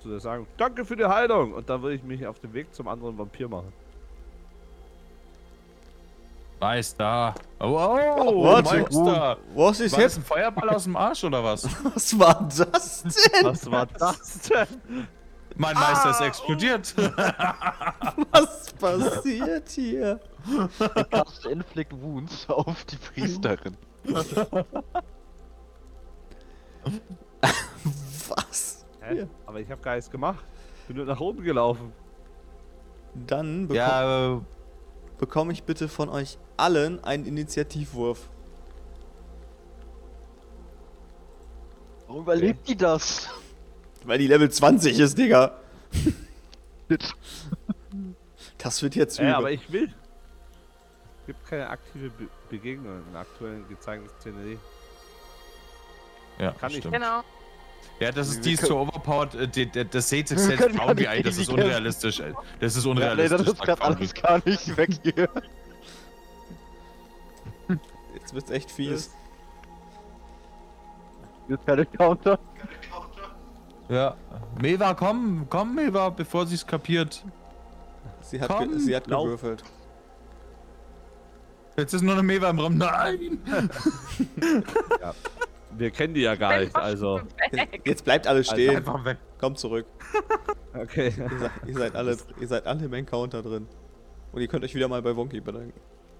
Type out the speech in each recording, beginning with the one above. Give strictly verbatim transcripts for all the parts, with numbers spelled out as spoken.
zu dir sagen, danke für die Heilung. Und dann würde ich mich auf den Weg zum anderen Vampir machen. Meister. Oh, oh, What? Meister. Was ist War das jetzt? ein Feuerball aus dem Arsch oder was? Was war das denn? Was war das denn? Mein Meister Ah, ist explodiert. Was passiert hier? Er cast Inflict Wounds auf die Priesterin. Was? Hä? Ja. Aber ich habe gar nichts gemacht. Bin nur nach oben gelaufen. Dann beko Ja, äh, bekomme ich bitte von euch allen einen Initiativwurf. Warum überlebt die das? Weil die Level zwanzig ist, Digga. Das wird jetzt Äh, übel. aber ich will. Es gibt keine aktive Be Begegnung in der aktuellen gezeigten Szenerie. ja, Kann ich. stimmt. Genau. Ja, das ist Wir die ist können- zu overpowered. äh, die- die- Das Sage Wir Success können gar Bounty, nicht ey, das gegen ist die kämpfen. unrealistisch, ey. Das ist Ja, nee, unrealistisch. das ist sagt gerade Fabi. alles gar nicht weg hier. Jetzt wird's echt fies. Jetzt keine Counter. Ja. Meva, komm, komm, Meva, bevor sie es kapiert. Sie hat, Komm, ge sie hat lauf. gewürfelt. Jetzt ist nur eine Meva im Raum. Nein! Ja. Wir kennen die ja gar nicht, also. Jetzt bleibt alles stehen. Einfach weg. Kommt zurück. Okay. Ihr seid, ihr seid alle, ihr seid alle im Encounter drin. Und ihr könnt euch wieder mal bei Wonky bedanken.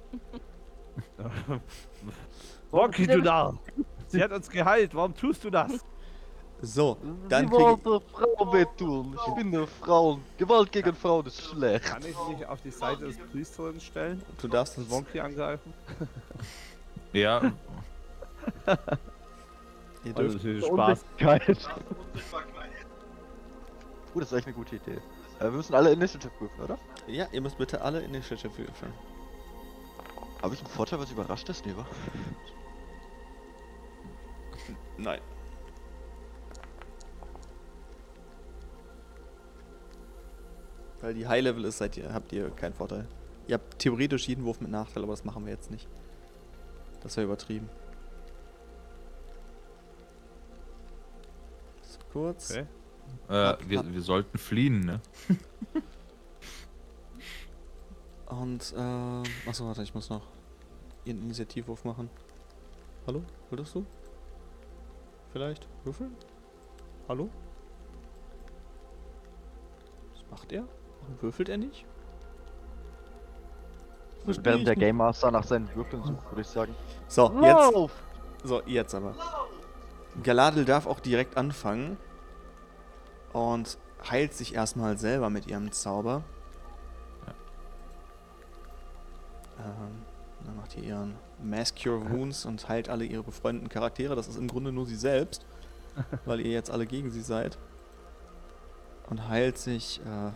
Wonky, du Narr! Sie hat uns geheilt, warum tust du das? So, dann Sie krieg wollte Frau wehtun. Ich finde Frauen. Gewalt gegen Frauen ist schlecht. Kann ich mich auf die Seite des Priesterin stellen du darfst und uns Wonky angreifen? Ja, ihr Also dürft, natürlich Spaß. Unsichtbarkeit. Uh, das ist echt eine gute Idee. Äh, wir müssen alle Initiative prüfen, oder? ja, ihr müsst bitte alle Initiative würfeln. Habe ich einen Vorteil, was überrascht ist, Neva? Nein. Weil die High Level ist, seid ihr, habt ihr keinen Vorteil. Ihr habt theoretisch jeden Wurf mit Nachteil, aber das machen wir jetzt nicht. Das wäre übertrieben. So, kurz. Okay. äh, wir, wir sollten fliehen, ne? Und, ähm, achso, warte, ich muss noch ihren Initiativwurf machen. Hallo? Würdest du? Vielleicht? Würfeln? Hallo? Was macht er? Warum würfelt er nicht? Versteh Während ich der nicht. Game Master nach seinen Würfeln sucht, würde ich sagen. So, jetzt. Lauf! So, jetzt aber. Galadriel darf auch direkt anfangen. Und heilt sich erstmal selber mit ihrem Zauber. Ähm, dann macht ihr ihren Mass Cure Wounds und heilt alle ihre befreundeten Charaktere. Das ist im Grunde nur sie selbst, weil ihr jetzt alle gegen sie seid. Und heilt sich äh,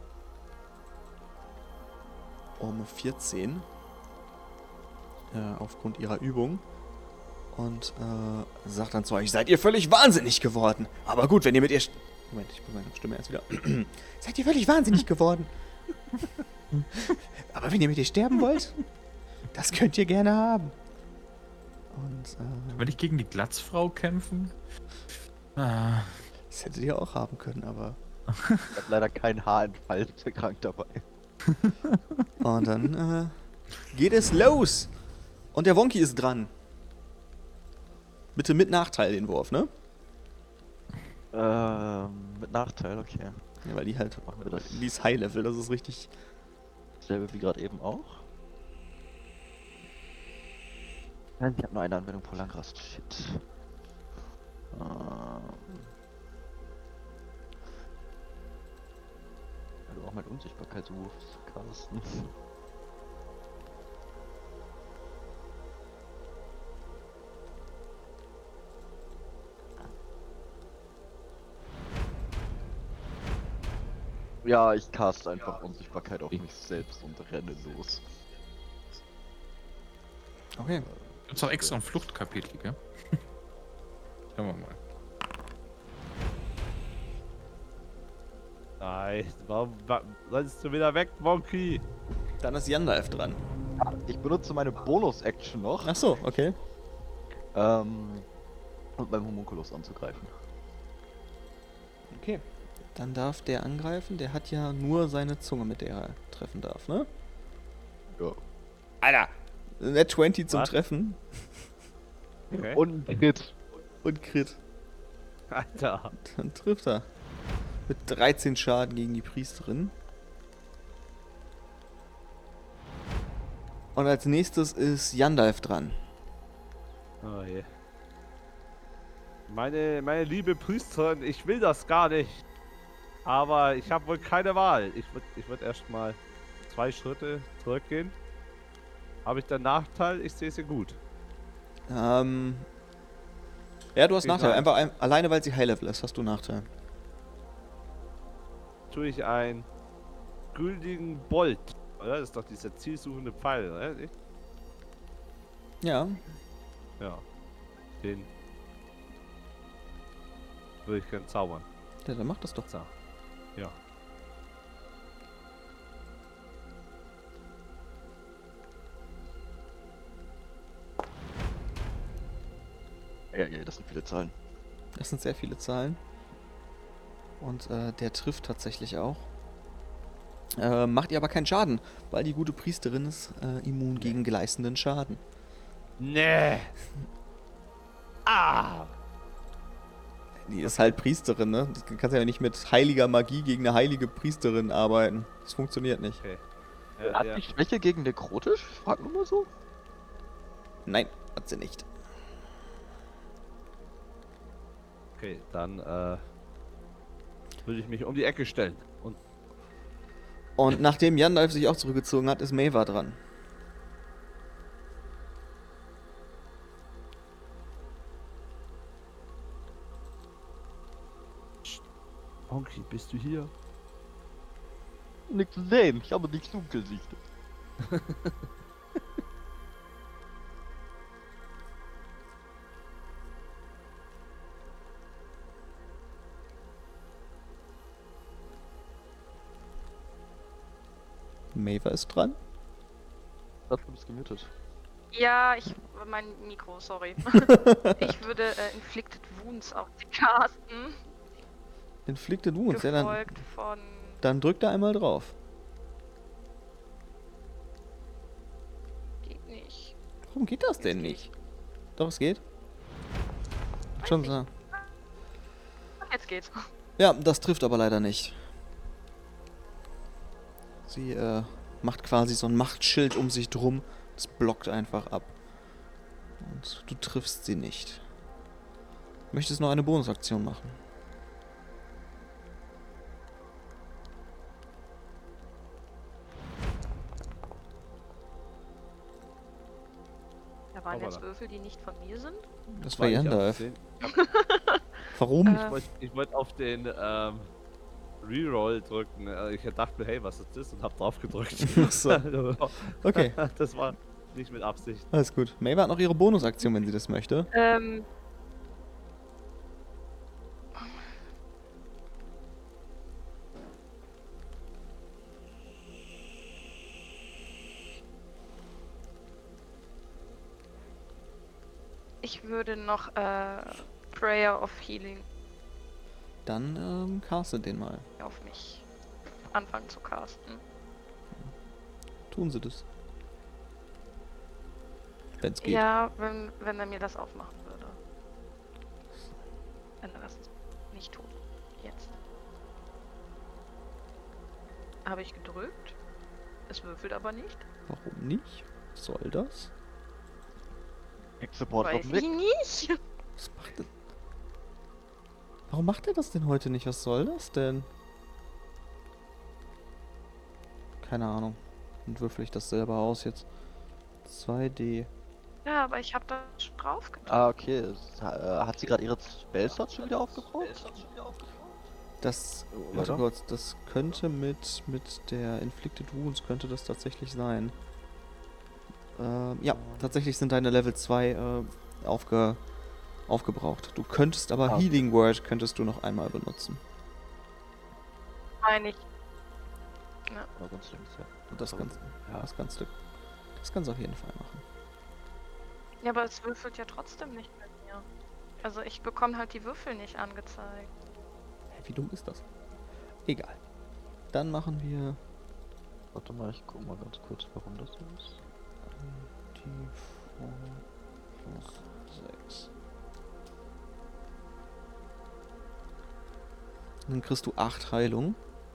um vierzehn. Äh, aufgrund ihrer Übung. Und äh, sagt dann zu euch, seid ihr völlig wahnsinnig geworden. Aber gut, wenn ihr mit ihr... St Moment, ich muss meine Stimme erst wieder... seid ihr völlig wahnsinnig geworden. Aber wenn ihr mit ihr sterben wollt, das könnt ihr gerne haben. Und, äh, Will ich gegen die Glatzfrau kämpfen? Ah, das hättet ihr auch haben können, aber... Ich hab leider kein Haarentfall krank dabei. Und dann, äh, geht es los. Und der Wonky ist dran. Bitte mit Nachteil den Wurf, ne? Ähm, mit Nachteil, okay. Ja, weil die halt... Machen wir das. Die ist High Level, das ist richtig... Selbe wie gerade eben auch. Nein, ich habe nur eine Anwendung pro Langrast. Shit. Ähm. Weil du auch mit Unsichtbarkeit so wurfst, Carsten. Ja, ich cast einfach Unsichtbarkeit auf mich selbst und renne los. Okay. gibt's auch extra ein Fluchtkapitel, gell? Schauen wir mal. Nein, warum wa sollst du wieder weg, Wonky? Dann ist Yandalf dran. Ich benutze meine Bonus-Action noch, Ach so, okay. ähm, um beim Homunculus anzugreifen. Okay. Dann darf der angreifen. Der hat ja nur seine Zunge, mit der er treffen darf, ne? Ja. Alter! Net zwanzig zum Was? Treffen. Okay. Und ein Crit. Und Crit. Alter. Dann trifft er. Mit dreizehn Schaden gegen die Priesterin. Und als nächstes ist Yandalf dran. Oh je. Meine, meine liebe Priesterin, ich will das gar nicht. Aber ich habe wohl keine Wahl. Ich würde ich würd erstmal zwei Schritte zurückgehen. Habe ich den Nachteil? Ich sehe sie gut. Ähm. Ja, du hast Ich Nachteil. weiß. Einfach ein, alleine weil sie High-Level ist, hast du Nachteil. Tue ich einen gültigen Bolt. Oder? Das ist doch dieser zielsuchende Pfeil, oder? nicht? Ja. Ja. Den würde ich gerne zaubern. Ja, dann mach das doch. So. Ja. Ja, ja, das sind viele Zahlen. Das sind sehr viele Zahlen. Und äh, der trifft tatsächlich auch. Äh, macht ihr aber keinen Schaden, weil die gute Priesterin ist äh, immun gegen gleißenden Schaden. Nee. Ah. Die ist halt Priesterin, ne? Du kannst ja nicht mit heiliger Magie gegen eine heilige Priesterin arbeiten. Das funktioniert nicht. Okay. Ja, Hat ja. die Schwäche gegen Nekrotisch? Frag nur mal so. Nein, hat sie nicht. Okay, dann äh, würde ich mich um die Ecke stellen. Und Und nachdem Yandalf sich auch zurückgezogen hat, ist Maeva dran. Honky, bist du hier? Nichts zu sehen. Ich habe nichts Dunkelsicht. Maeva ist dran. Das ist gemutet. Ja, ich. Mein Mikro, sorry. Ich würde äh, Inflicted Wounds auf sie casten. Inflicted Wounds, ja, dann, Gefolgt von. dann drückt er einmal drauf. Geht nicht. Warum geht das denn Jetzt nicht? Doch, es geht. Schon nicht. so. Jetzt geht's. Ja, das trifft aber leider nicht. Sie äh, macht quasi so ein Machtschild um sich drum. Das blockt einfach ab. Und du triffst sie nicht. Möchtest noch eine Bonusaktion machen? Da waren jetzt Hoppala. Würfel, die nicht von mir sind. Das war ich Yandalf. auf den- Warum? Äh, Ich wollte ich wollt auf den ähm, Reroll drücken. Äh, Ich dachte mir, hey, was ist das? Und hab drauf gedrückt. Ach so. Okay, Das war nicht mit Absicht. alles gut. Maeva hat noch ihre Bonusaktion, wenn sie das möchte. Ähm. Ich würde noch äh, Prayer of Healing Dann ähm, castet den mal. auf mich anfangen zu casten. Tun sie das. Wenn es geht. Ja, wenn, wenn er mir das aufmachen würde. Wenn er das nicht tut. Jetzt. Habe ich gedrückt. Es würfelt aber nicht. Warum nicht? Was soll das? Hex-Support auf Weiß dem ich Weg. nicht. Was macht er? Warum macht er das denn heute nicht? Was soll das denn? Keine Ahnung. Dann würfel ich das selber aus jetzt. zwei D. Ja, aber ich habe da schon drauf gedrückt. Ah, okay. Es, äh, hat sie gerade ihre Spellslots schon wieder aufgebraucht? Das, warte doch. kurz, das könnte mit, mit der Inflicted Wounds, könnte das tatsächlich sein. Ähm, ja, tatsächlich sind deine Level zwei äh, aufge, aufgebraucht. Du könntest aber Ah. Healing Word könntest du noch einmal benutzen. Meine ich. Ja, ganz links, ja. Und das Aber- kannst, ja, das kannst du. Das kannst du auf jeden Fall machen. Ja, aber es würfelt ja trotzdem nicht bei mir. Also ich bekomme halt die Würfel nicht angezeigt. Hä, wie dumm ist das? Egal. Dann machen wir Warte mal, ich guck mal ganz kurz, warum das so ist. die plus sechs. Dann kriegst du acht Heilung.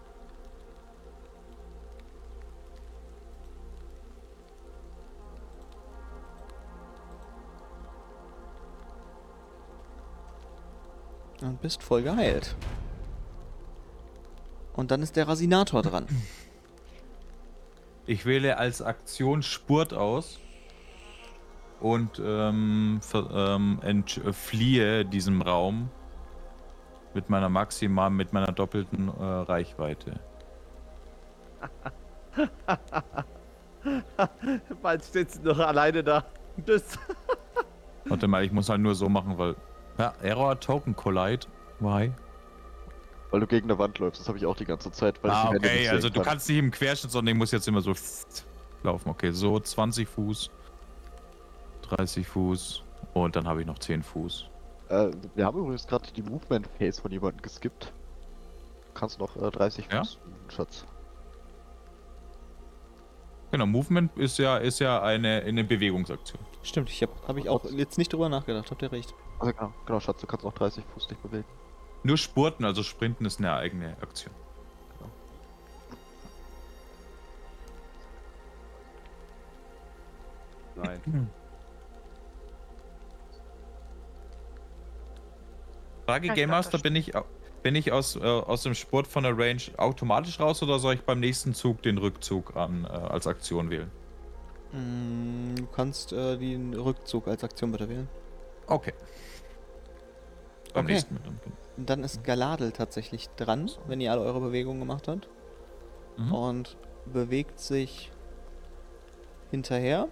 Und bist voll geheilt. Und dann ist der Rasinator dran. Ich wähle als Aktion Spurt aus und ähm, ver, ähm, entfliehe diesem Raum mit meiner maximal, mit meiner doppelten äh, Reichweite. Bald steht sie noch alleine da. Das. Warte mal, ich muss halt nur so machen, weil... Ja, Error Token Collide. Why? Weil du gegen eine Wand läufst, das habe ich auch die ganze Zeit, weil Ah, ich die Wände okay, nicht also sehen du kann. kannst nicht im Querschnitt, sondern ich muss jetzt immer so laufen. Okay, so zwanzig Fuß, dreißig Fuß und dann habe ich noch zehn Fuß. Äh, wir haben übrigens gerade die Movement Phase von jemandem geskippt. Du kannst noch äh, dreißig Ja? Fuß, Schatz. Genau, Movement ist ja, ist ja eine, eine Bewegungsaktion. Stimmt, ich habe hab ich auch jetzt nicht drüber nachgedacht, habt ihr recht. Also genau, genau, Schatz, du kannst auch dreißig Fuß dich bewegen. Nur Spurten, also Sprinten ist eine eigene Aktion. Nein. Frage, Ja, ich Game glaub, Master, das bin ich, au- bin ich aus, äh, aus dem Spurt von der Range automatisch raus oder soll ich beim nächsten Zug den Rückzug an, äh, als Aktion wählen? Mm, Du kannst äh, den Rückzug als Aktion bitte wählen. Okay. Beim Okay. nächsten Mal dann. Und dann ist Galadel tatsächlich dran, wenn ihr alle eure Bewegungen gemacht habt. Mhm. Und bewegt sich hinterher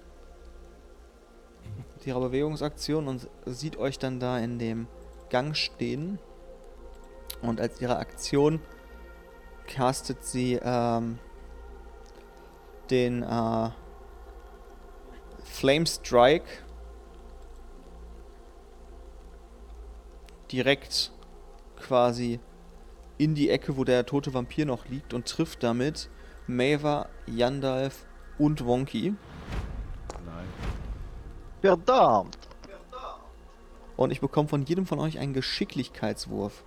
mit ihrer Bewegungsaktion und sieht euch dann da in dem Gang stehen. Und als ihre Aktion castet sie ähm, den äh, Flame Strike direkt quasi in die Ecke, wo der tote Vampir noch liegt und trifft damit Maeva, Yandalf und Wonky. Nein. Verdammt! Und ich bekomme von jedem von euch einen Geschicklichkeitswurf.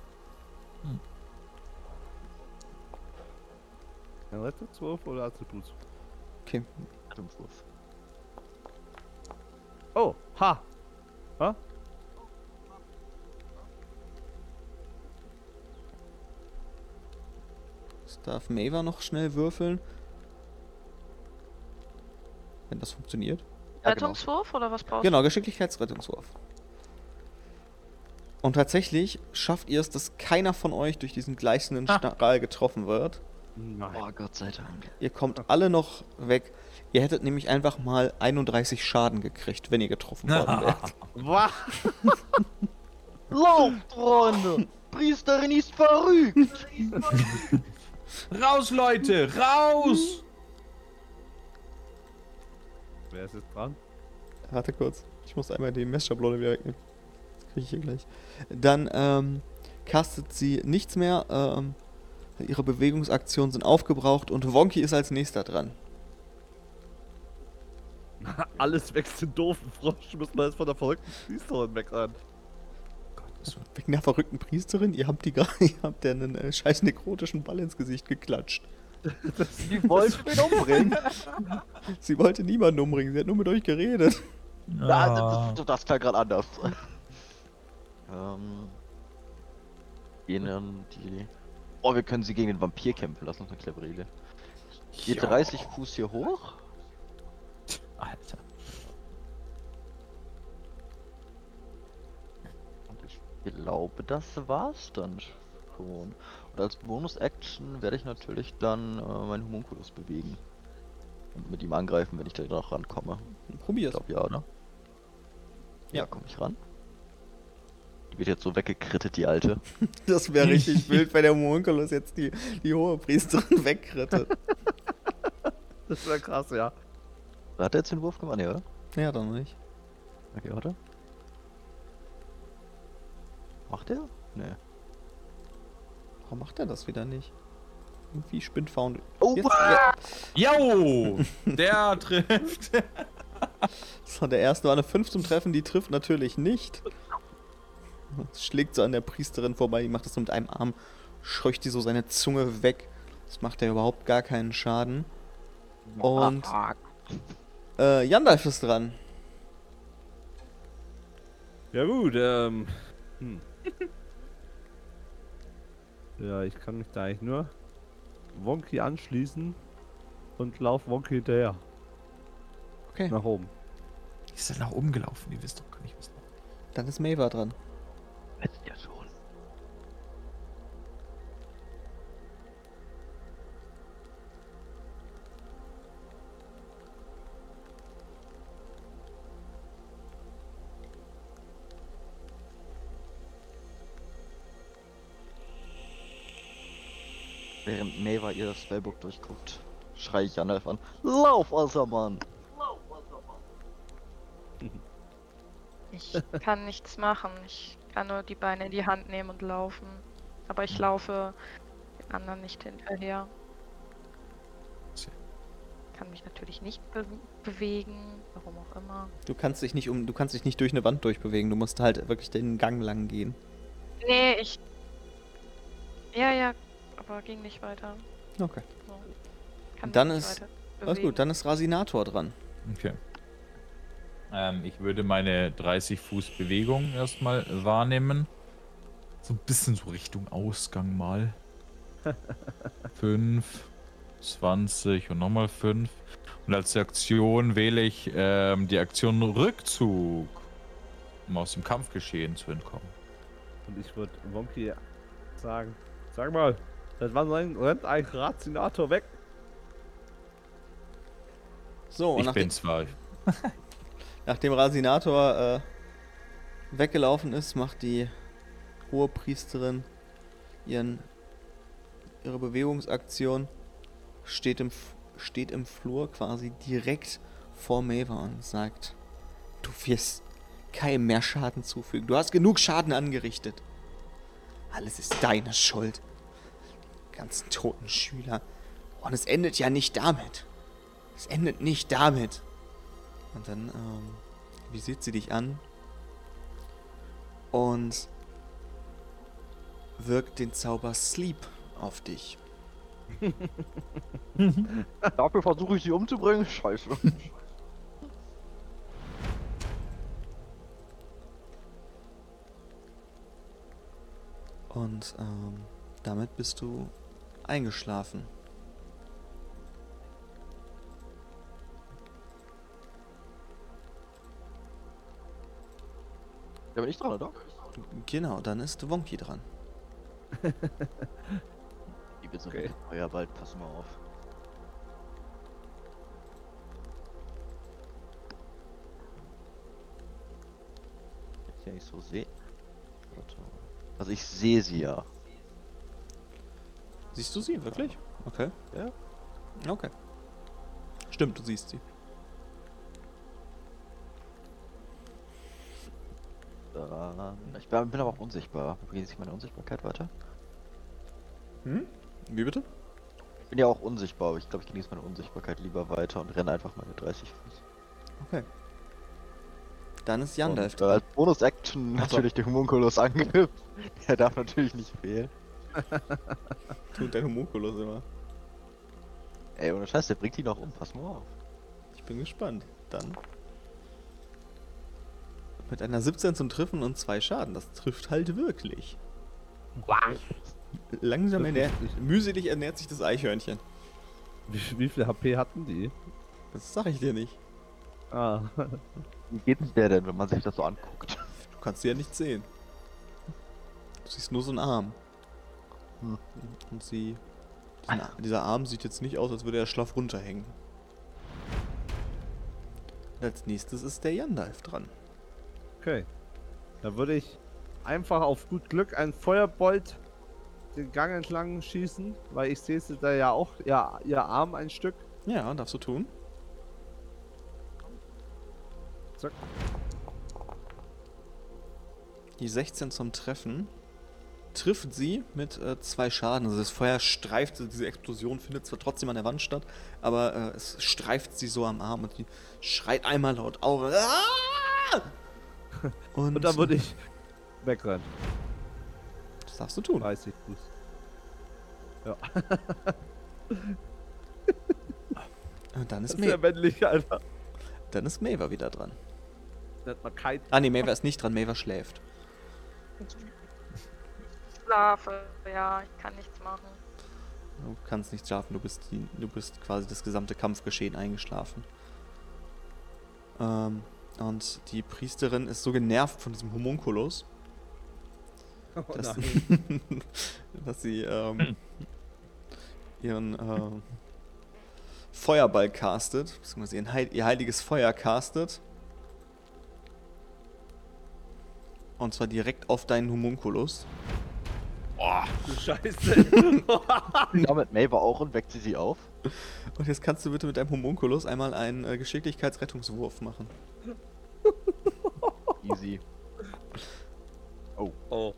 Ein Rettungswurf oder Attribut? Okay. Fünfwurf. Oh, ha! Ha? Jetzt darf Maeva noch schnell würfeln. Wenn das funktioniert. Ja, genau. Rettungswurf oder was brauchst Genau, Geschicklichkeitsrettungswurf. Und tatsächlich schafft ihr es, dass keiner von euch durch diesen gleißenden Ah. Strahl getroffen wird. Nein. Oh, Gott sei Dank. Ihr kommt alle noch weg. Ihr hättet nämlich einfach mal einunddreißig Schaden gekriegt, wenn ihr getroffen worden wärt. Wah! Lauft, Freunde! Priesterin ist verrückt! Raus, Leute! Raus! Wer ist jetzt dran? Warte kurz. Ich muss einmal die Messschablone wieder wegnehmen. Das kriege ich hier gleich. Dann ähm, castet sie nichts mehr. Ähm, ihre Bewegungsaktionen sind aufgebraucht und Wonky ist als nächster dran. Alles wächst den doofen Frosch. Müssen wir jetzt von der verrückten Priesterin wegrennen. Wegen der verrückten Priesterin? Ihr habt die gerade, ihr habt der einen äh, scheiß nekrotischen Ball ins Gesicht geklatscht. Die wollten mich umbringen! Sie wollte niemanden umbringen, sie hat nur mit euch geredet. Na, das, das klang gerade anders. ähm. Ihnen die. Oh, wir können sie gegen den Vampir kämpfen lassen, das ist eine clevere Idee. Geht Ja. dreißig Fuß hier hoch. Alter. Und ich glaube, das war's dann schon. Und als Bonus-Action werde ich natürlich dann äh, meinen Homunculus bewegen. Und mit ihm angreifen, wenn ich da noch rankomme. Ich Probier's. glaube ja, ne? Ja, Ja. komme ich ran. Die wird jetzt so weggekrittet, die alte. Das wäre richtig wild, wenn der Homunculus jetzt die, die hohe Priesterin wegkrittet. Das wäre krass, ja. Hat er jetzt den Wurf gemacht? Ja, oder? Ja, dann nicht. Okay, warte. Macht er? Nee. Warum macht er das wieder nicht? Irgendwie spinnt Found. Oh, Jetzt, ja. Jo! Der trifft. So, der erste war eine fünf zum Treffen, die trifft natürlich nicht. Schlägt so an der Priesterin vorbei, die macht das so mit einem Arm, scheucht die so seine Zunge weg. Das macht ja überhaupt gar keinen Schaden. Und äh, Yandalf ist dran. Ja gut, ähm. Hm. Ja, ich kann mich da eigentlich nur Wonky anschließen und lauf Wonky hinterher. Okay, Nach oben. Die ist ja nach oben gelaufen, die wisst doch gar nicht, was noch. dann ist Maeva dran. jetzt ja schon. Während Neva ihr das Spellbook durchguckt, schrei ich Janelf an. Lauf, Assermann! Ich kann nichts machen. Ich kann nur die Beine in die Hand nehmen und laufen. Aber ich laufe den anderen nicht hinterher. Tja. Kann mich natürlich nicht be bewegen, warum auch immer. Du kannst dich nicht um, du kannst dich nicht durch eine Wand durchbewegen. Du musst halt wirklich den Gang lang gehen. Nee, ich. Ja, ja, aber ging nicht weiter. Okay. So. Kann Dann mich ist- nicht weiter Alles bewegen. gut, dann ist Rasinator dran. Okay. Ähm, ich würde meine dreißig Fuß Bewegung erstmal wahrnehmen. So ein bisschen so Richtung Ausgang mal. fünf, zwanzig und nochmal fünf. Und als Aktion wähle ich ähm, die Aktion Rückzug, um aus dem Kampfgeschehen zu entkommen. Und ich würde Wonky sagen, sag mal, seit wann rennt- rennt ein Razinator weg? So, und Ich nachdem, bin zwar. nachdem Rasinator äh, weggelaufen ist, macht die Hohepriesterin ihren, ihre Bewegungsaktion, steht im, F- steht im Flur quasi direkt vor Maeva und sagt, du wirst keinem mehr Schaden zufügen. Du hast genug Schaden angerichtet. Alles ist deine Schuld. Die ganzen toten Schüler. Und es endet ja nicht damit. Es endet nicht damit. Und dann ähm, visiert sie dich an und wirkt den Zauber Sleep auf dich. Dafür versuche ich sie umzubringen. Scheiße. Und ähm, damit bist du eingeschlafen. Da bin ich dran, oder? Genau, dann ist Wonky dran. Ich bin so Okay. ein Feuerball, pass mal auf. Jetzt ja nicht so sehe. Warte mal. Also ich sehe sie ja. Siehst du sie wirklich? Okay. Ja. Okay. Stimmt, du siehst sie. Ähm, ich bin bin aber auch unsichtbar. Wie geht sich meine Unsichtbarkeit weiter? Hm? Wie bitte? Ich bin ja auch unsichtbar, aber ich glaube, ich genieße meine Unsichtbarkeit lieber weiter und renne einfach meine dreißig Fuß. Okay. Dann ist Yandalf Und, äh, als Bonus-Action Ach so. natürlich der Homunculus Angriff. Der darf natürlich nicht fehlen. Tut der Homunculus immer. Ey, ohne Scheiß, der bringt die noch um, pass mal auf. Ich bin gespannt. Dann. Mit einer siebzehn zum Treffen und zwei Schaden. Das trifft halt wirklich. Langsam ernährt, mühselig ernährt sich das Eichhörnchen. Wie, wie viel H P hatten die? Das sag ich dir nicht. Ah, Wie geht denn der denn, wenn man sich das so anguckt? Du kannst sie ja nicht sehen. Du siehst nur so einen Arm. Hm. Und sie. diesen, Ar- dieser Arm sieht jetzt nicht aus, als würde er schlaff runterhängen. Und als nächstes ist der Yandalf dran. okay. Da würde ich einfach auf gut Glück einen Feuerbolt den Gang entlang schießen, weil ich sehe da ja auch ihr, ihr Arm ein Stück. Ja, darfst du tun. Zack. Die sechzehn zum Treffen. trifft sie mit äh, zwei Schaden. Also das Feuer streift, diese Explosion findet zwar trotzdem an der Wand statt, aber äh, es streift sie so am Arm und die schreit einmal laut auf. Ah! Und, Und dann würde ich wegrennen. das darfst du tun. dreißig Fuß. Ja. Und dann Das ist, ist ja Ma männlich, Alter. dann ist Maver wieder dran. Nennt man kein. Ah ne, Maver ist nicht dran, Maver schläft. Schlafe, ja, ich kann nichts machen. Du kannst nicht schlafen, du bist, die, du bist quasi das gesamte Kampfgeschehen eingeschlafen. Ähm, und die Priesterin ist so genervt von diesem Homunculus, Oh, dass, nein. dass sie ähm, ihren äh, Feuerball castet, beziehungsweise ihren Heil ihr heiliges Feuer castet. Und zwar direkt auf deinen Homunculus. Du Scheiße. Damit Maver auch und weckt sie sie auf. Und jetzt kannst du bitte mit deinem Homunculus einmal einen äh, Geschicklichkeitsrettungswurf machen. Easy. Oh.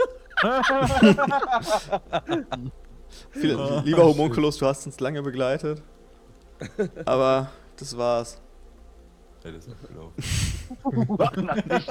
Viel, Oh, lieber Homunculus, du hast uns lange begleitet. Aber das war's. Ja, das ist gelaufen.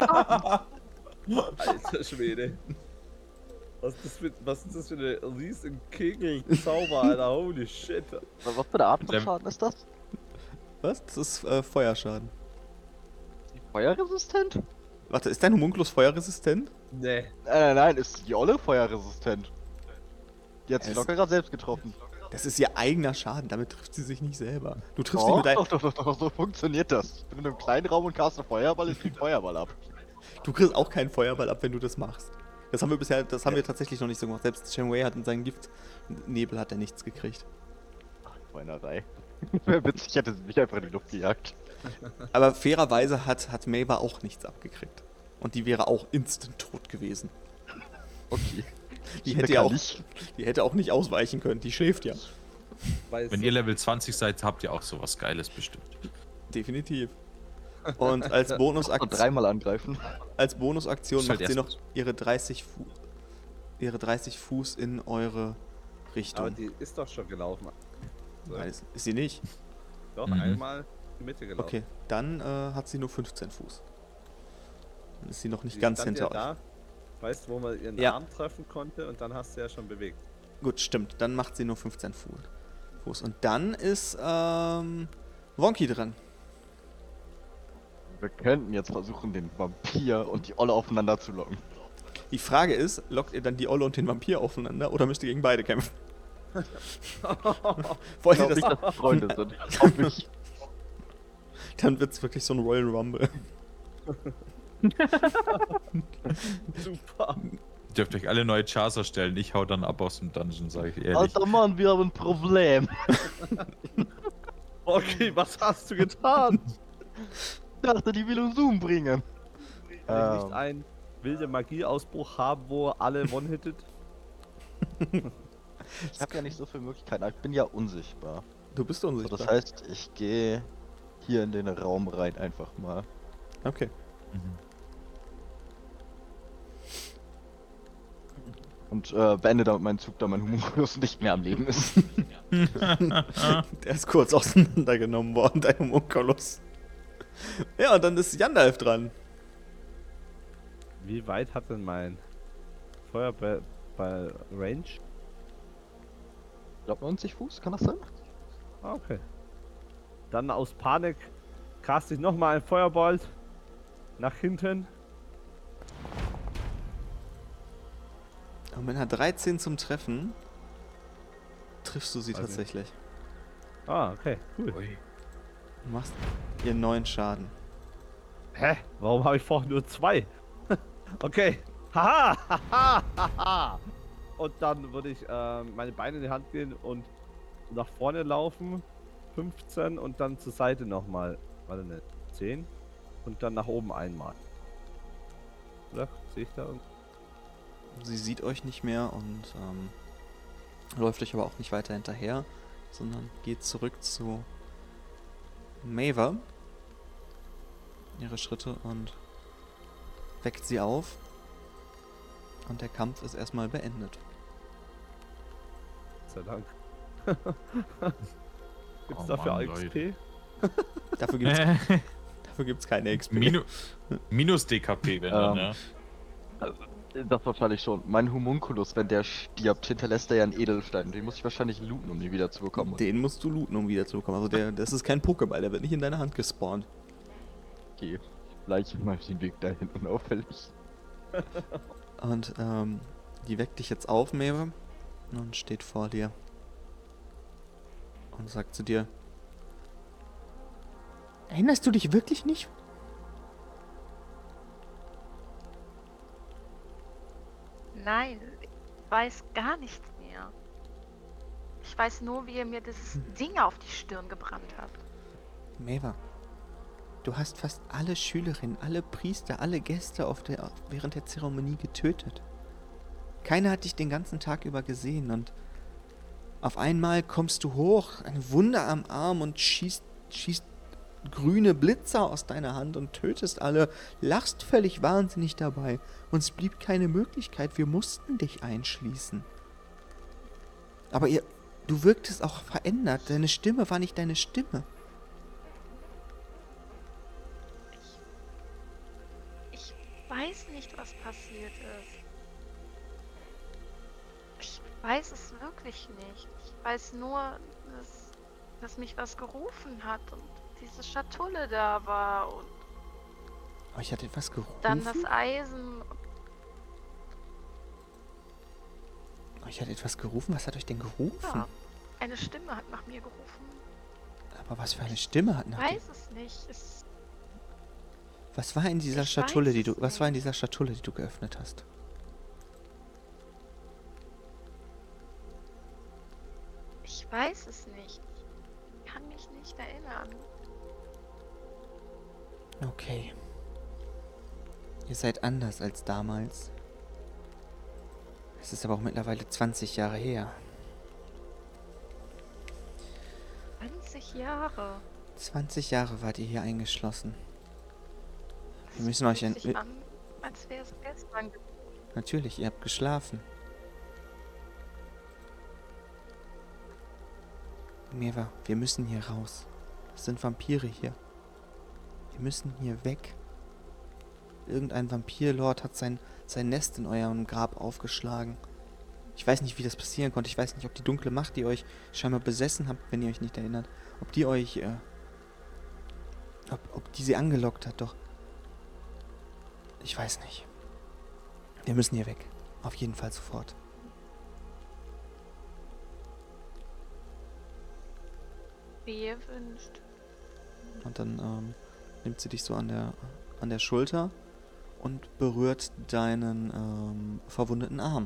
Alter Schwede. Was ist das für, was ist das für eine riesen Kegel-Zauber, Alter? Holy shit. Was was für eine Art von Schaden ist das? Was? Das ist äh, Feuerschaden. Feuerresistent? Warte, ist dein Homunculus feuerresistent? Nee. Nein, nein, nein, ist die Olle feuerresistent. Die hat sich Es- locker gerade selbst getroffen. Das ist ihr eigener Schaden, damit trifft sie sich nicht selber. Du triffst sie Doch, mit deinem. doch, doch, doch, doch, so funktioniert das. Ich bin in einem kleinen Raum und caste Feuerball, ich krieg Feuerball ab. Du kriegst auch keinen Feuerball ab, wenn du das machst. Das haben wir bisher, das haben wir tatsächlich noch nicht so gemacht. Selbst Shenwei hat in seinen Giftnebel hat er nichts gekriegt. Schweinerei. Wäre witzig, ich hätte sie mich einfach in die Luft gejagt. Aber fairerweise hat, hat Maver auch nichts abgekriegt. Und die wäre auch instant tot gewesen. Okay. Die Ich hätte ja mecker auch, nicht. die hätte auch nicht ausweichen können. Die schläft ja. Weißt Wenn du, ihr Level zwanzig seid, habt ihr auch sowas Geiles bestimmt. Definitiv. Und als Und Bonusaktion, dreimal angreifen. als Bonusaktion Ist halt macht sie noch erst- ihre dreißig, Fu ihre dreißig Fuß in eure Richtung. aber die ist doch schon gelaufen. So. Nein, ist, ist sie nicht. Doch, Mhm. einmal in die Mitte gelaufen. Okay, dann äh, hat sie nur fünfzehn Fuß. Dann ist sie noch nicht Die ganz stand hinter ja euch. da, weißt du, wo man ihren Ja. Arm treffen konnte und dann hast du ja schon bewegt. Gut, stimmt. Dann macht sie nur fünfzehn Fu Fuß. Und dann ist ähm, Wonky dran. Wir könnten jetzt versuchen, den Vampir und die Olle aufeinander zu locken. Die Frage ist, lockt ihr dann die Olle und den Vampir aufeinander oder müsst ihr gegen beide kämpfen? Wollt ihr Ich glaube das? nicht, dass wir Freunde sind. Hoffe ich. Dann wird's wirklich so ein Royal Rumble. Super. Ihr dürft euch alle neue Chars erstellen. Ich hau dann ab aus dem Dungeon, sage ich ehrlich. Alter Mann, wir haben ein Problem. Okay, was hast du getan? Ich dachte, die will uns umbringen. Kann ich Ähm. nicht einen wilde Magieausbruch haben, wo alle one-hittet? Ich habe ja nicht so viele Möglichkeiten, aber ich bin ja unsichtbar. Du bist So, unsichtbar. das heißt, ich gehe hier in den Raum rein einfach mal. Okay. Mhm. Und äh, beende damit meinen Zug, da mein Homunculus nicht mehr am Leben ist. Der ist kurz auseinandergenommen worden, dein Homunculus. Ja, und dann ist Yandalf dran. Wie weit hat denn mein Feuerball bei Range? Ich glaube neunzig Fuß, kann das sein? Ah, okay. Dann aus Panik cast ich nochmal ein Feuerball nach hinten. Und mit einer dreizehn zum Treffen triffst du sie Weiß nicht. tatsächlich. Ah, okay, cool. Ui. Du machst ihr neun Schaden. Hä? Warum habe ich vorhin nur zwei? Okay. Haha! Haha! Haha! Und dann würde ich ähm, meine Beine in die Hand gehen und nach vorne laufen. fünfzehn und dann zur Seite nochmal. Warte, ne? zehn. Und dann nach oben einmal. Oder? Sehe ich da irgendwas? Sie sieht euch nicht mehr und ähm, läuft euch aber auch nicht weiter hinterher, sondern geht zurück zu Maver. Ihre Schritte und weckt sie auf. Und der Kampf ist erstmal beendet. Gott sei Dank. Gibt's Oh dafür Mann, X P? Dafür gibt's, dafür gibt's keine X P. Minu Minus D K P, wenn dann, Ähm, ja. Das wahrscheinlich schon. Mein Homunculus, wenn der stirbt, hinterlässt er ja einen Edelstein. Den muss ich wahrscheinlich looten, um den wieder zu bekommen. Den musst du looten, um wiederzubekommen. Also der, das ist kein Pokéball, der wird nicht in deiner Hand gespawnt. Okay, vielleicht mal den Weg dahin unauffällig. Und ähm, die weckt dich jetzt auf, Mewe, und steht vor dir. Und sagt zu dir: Erinnerst du dich wirklich nicht? Nein, ich weiß gar nichts mehr. Ich weiß nur, wie ihr mir dieses Ding auf die Stirn gebrannt habt. Mewe, du hast fast alle Schülerinnen, alle Priester, alle Gäste auf der, während der Zeremonie getötet. Keiner hat dich den ganzen Tag über gesehen und auf einmal kommst du hoch, eine Wunde am Arm und schießt, schießt grüne Blitzer aus deiner Hand und tötest alle, lachst völlig wahnsinnig dabei. Uns blieb keine Möglichkeit, wir mussten dich einschließen. Aber ihr, du wirktest auch verändert, deine Stimme war nicht deine Stimme. Ich weiß nicht, was passiert ist. Ich weiß es wirklich nicht. Ich weiß nur, dass, dass mich was gerufen hat und diese Schatulle da war und Euch hat etwas gerufen? dann das Eisen. Euch hat etwas gerufen? Was hat euch denn gerufen? Ja, eine Stimme hat nach mir gerufen. Aber was für eine Stimme hat Ich nach dir? weiß es nicht. Es, Was war in dieser Ich Schatulle, weiß die du. es Was war in nicht. dieser Schatulle, die du geöffnet hast? ich weiß es nicht. Ich kann mich nicht erinnern. Okay. Ihr seid anders als damals. Es ist aber auch mittlerweile zwanzig Jahre her. zwanzig Jahre. zwanzig Jahre wart ihr hier eingeschlossen. Das Wir müssen euch fühlt ein- sich an, als wäre es gestern gewesen. Natürlich, ihr habt geschlafen. Mewa, wir müssen hier raus. Es sind Vampire hier. Wir müssen hier weg. Irgendein Vampirlord hat sein, sein Nest in eurem Grab aufgeschlagen. Ich weiß nicht, wie das passieren konnte. Ich weiß nicht, ob die dunkle Macht, die euch scheinbar besessen habt, wenn ihr euch nicht erinnert, ob die euch, äh, ob, ob die sie angelockt hat, doch. Ich weiß nicht. Wir müssen hier weg. Auf jeden Fall sofort. Wie ihr wünscht. Und dann ähm, nimmt sie dich so an der, an der Schulter und berührt deinen ähm, verwundeten Arm.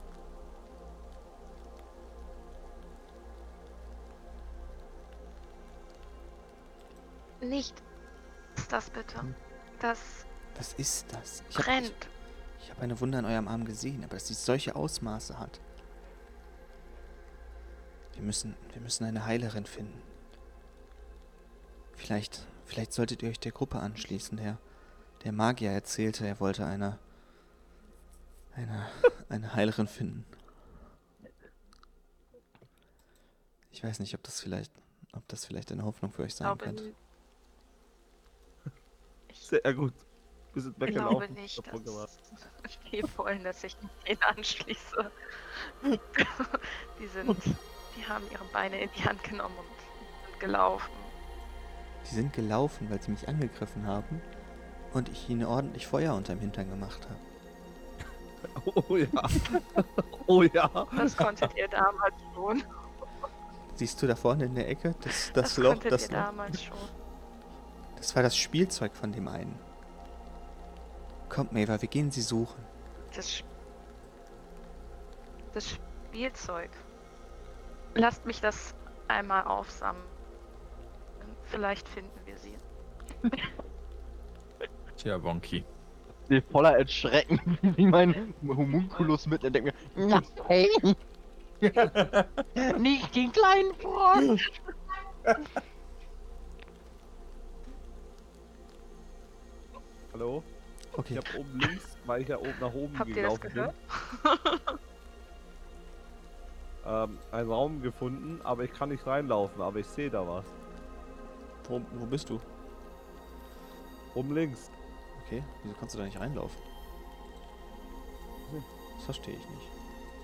Nicht. Was ist das bitte? Hm. Das Was ist das? Ich habe brennt. ich, ich hab eine Wunde an eurem Arm gesehen, aber dass sie solche Ausmaße hat. Wir müssen, wir müssen eine Heilerin finden. Vielleicht, vielleicht solltet ihr euch der Gruppe anschließen. Der, der Magier erzählte, er wollte eine, eine, eine Heilerin finden. Ich weiß nicht, ob das vielleicht, ob das vielleicht eine Hoffnung für euch Ich sein glaube, könnte. ich Sehr gut. Wir sind glaube weggelaufen. nicht, Kaputt gemacht. dass die wollen, dass ich mich denen anschließe. Die sind, die haben ihre Beine in die Hand genommen und sind gelaufen. Die sind gelaufen, weil sie mich angegriffen haben und ich ihnen ordentlich Feuer unterm Hintern gemacht habe. Oh ja. Oh ja. Das konntet ihr damals schon. Siehst du da vorne in der Ecke? Das, das, Das Loch, konntet das ihr Loch. damals schon. Das war das Spielzeug von dem einen. Kommt, Maeva, wir gehen sie suchen. Das, Sch- das Spielzeug. Lasst mich das einmal aufsammeln. Vielleicht finden wir sie. Tja, Bonky. Ich bin voller Erschrecken, wie mein Homunculus mit und denke mir, nein! Nicht den kleinen Frosch! Hallo? Okay. Ich habe oben links, weil ich ja oben nach oben Habt ihr das gelaufen gehört? bin, ähm, einen Raum gefunden, aber ich kann nicht reinlaufen, aber ich sehe da was. Wo, wo bist du? Oben links. Okay, wieso kannst du da nicht reinlaufen? Das verstehe ich nicht.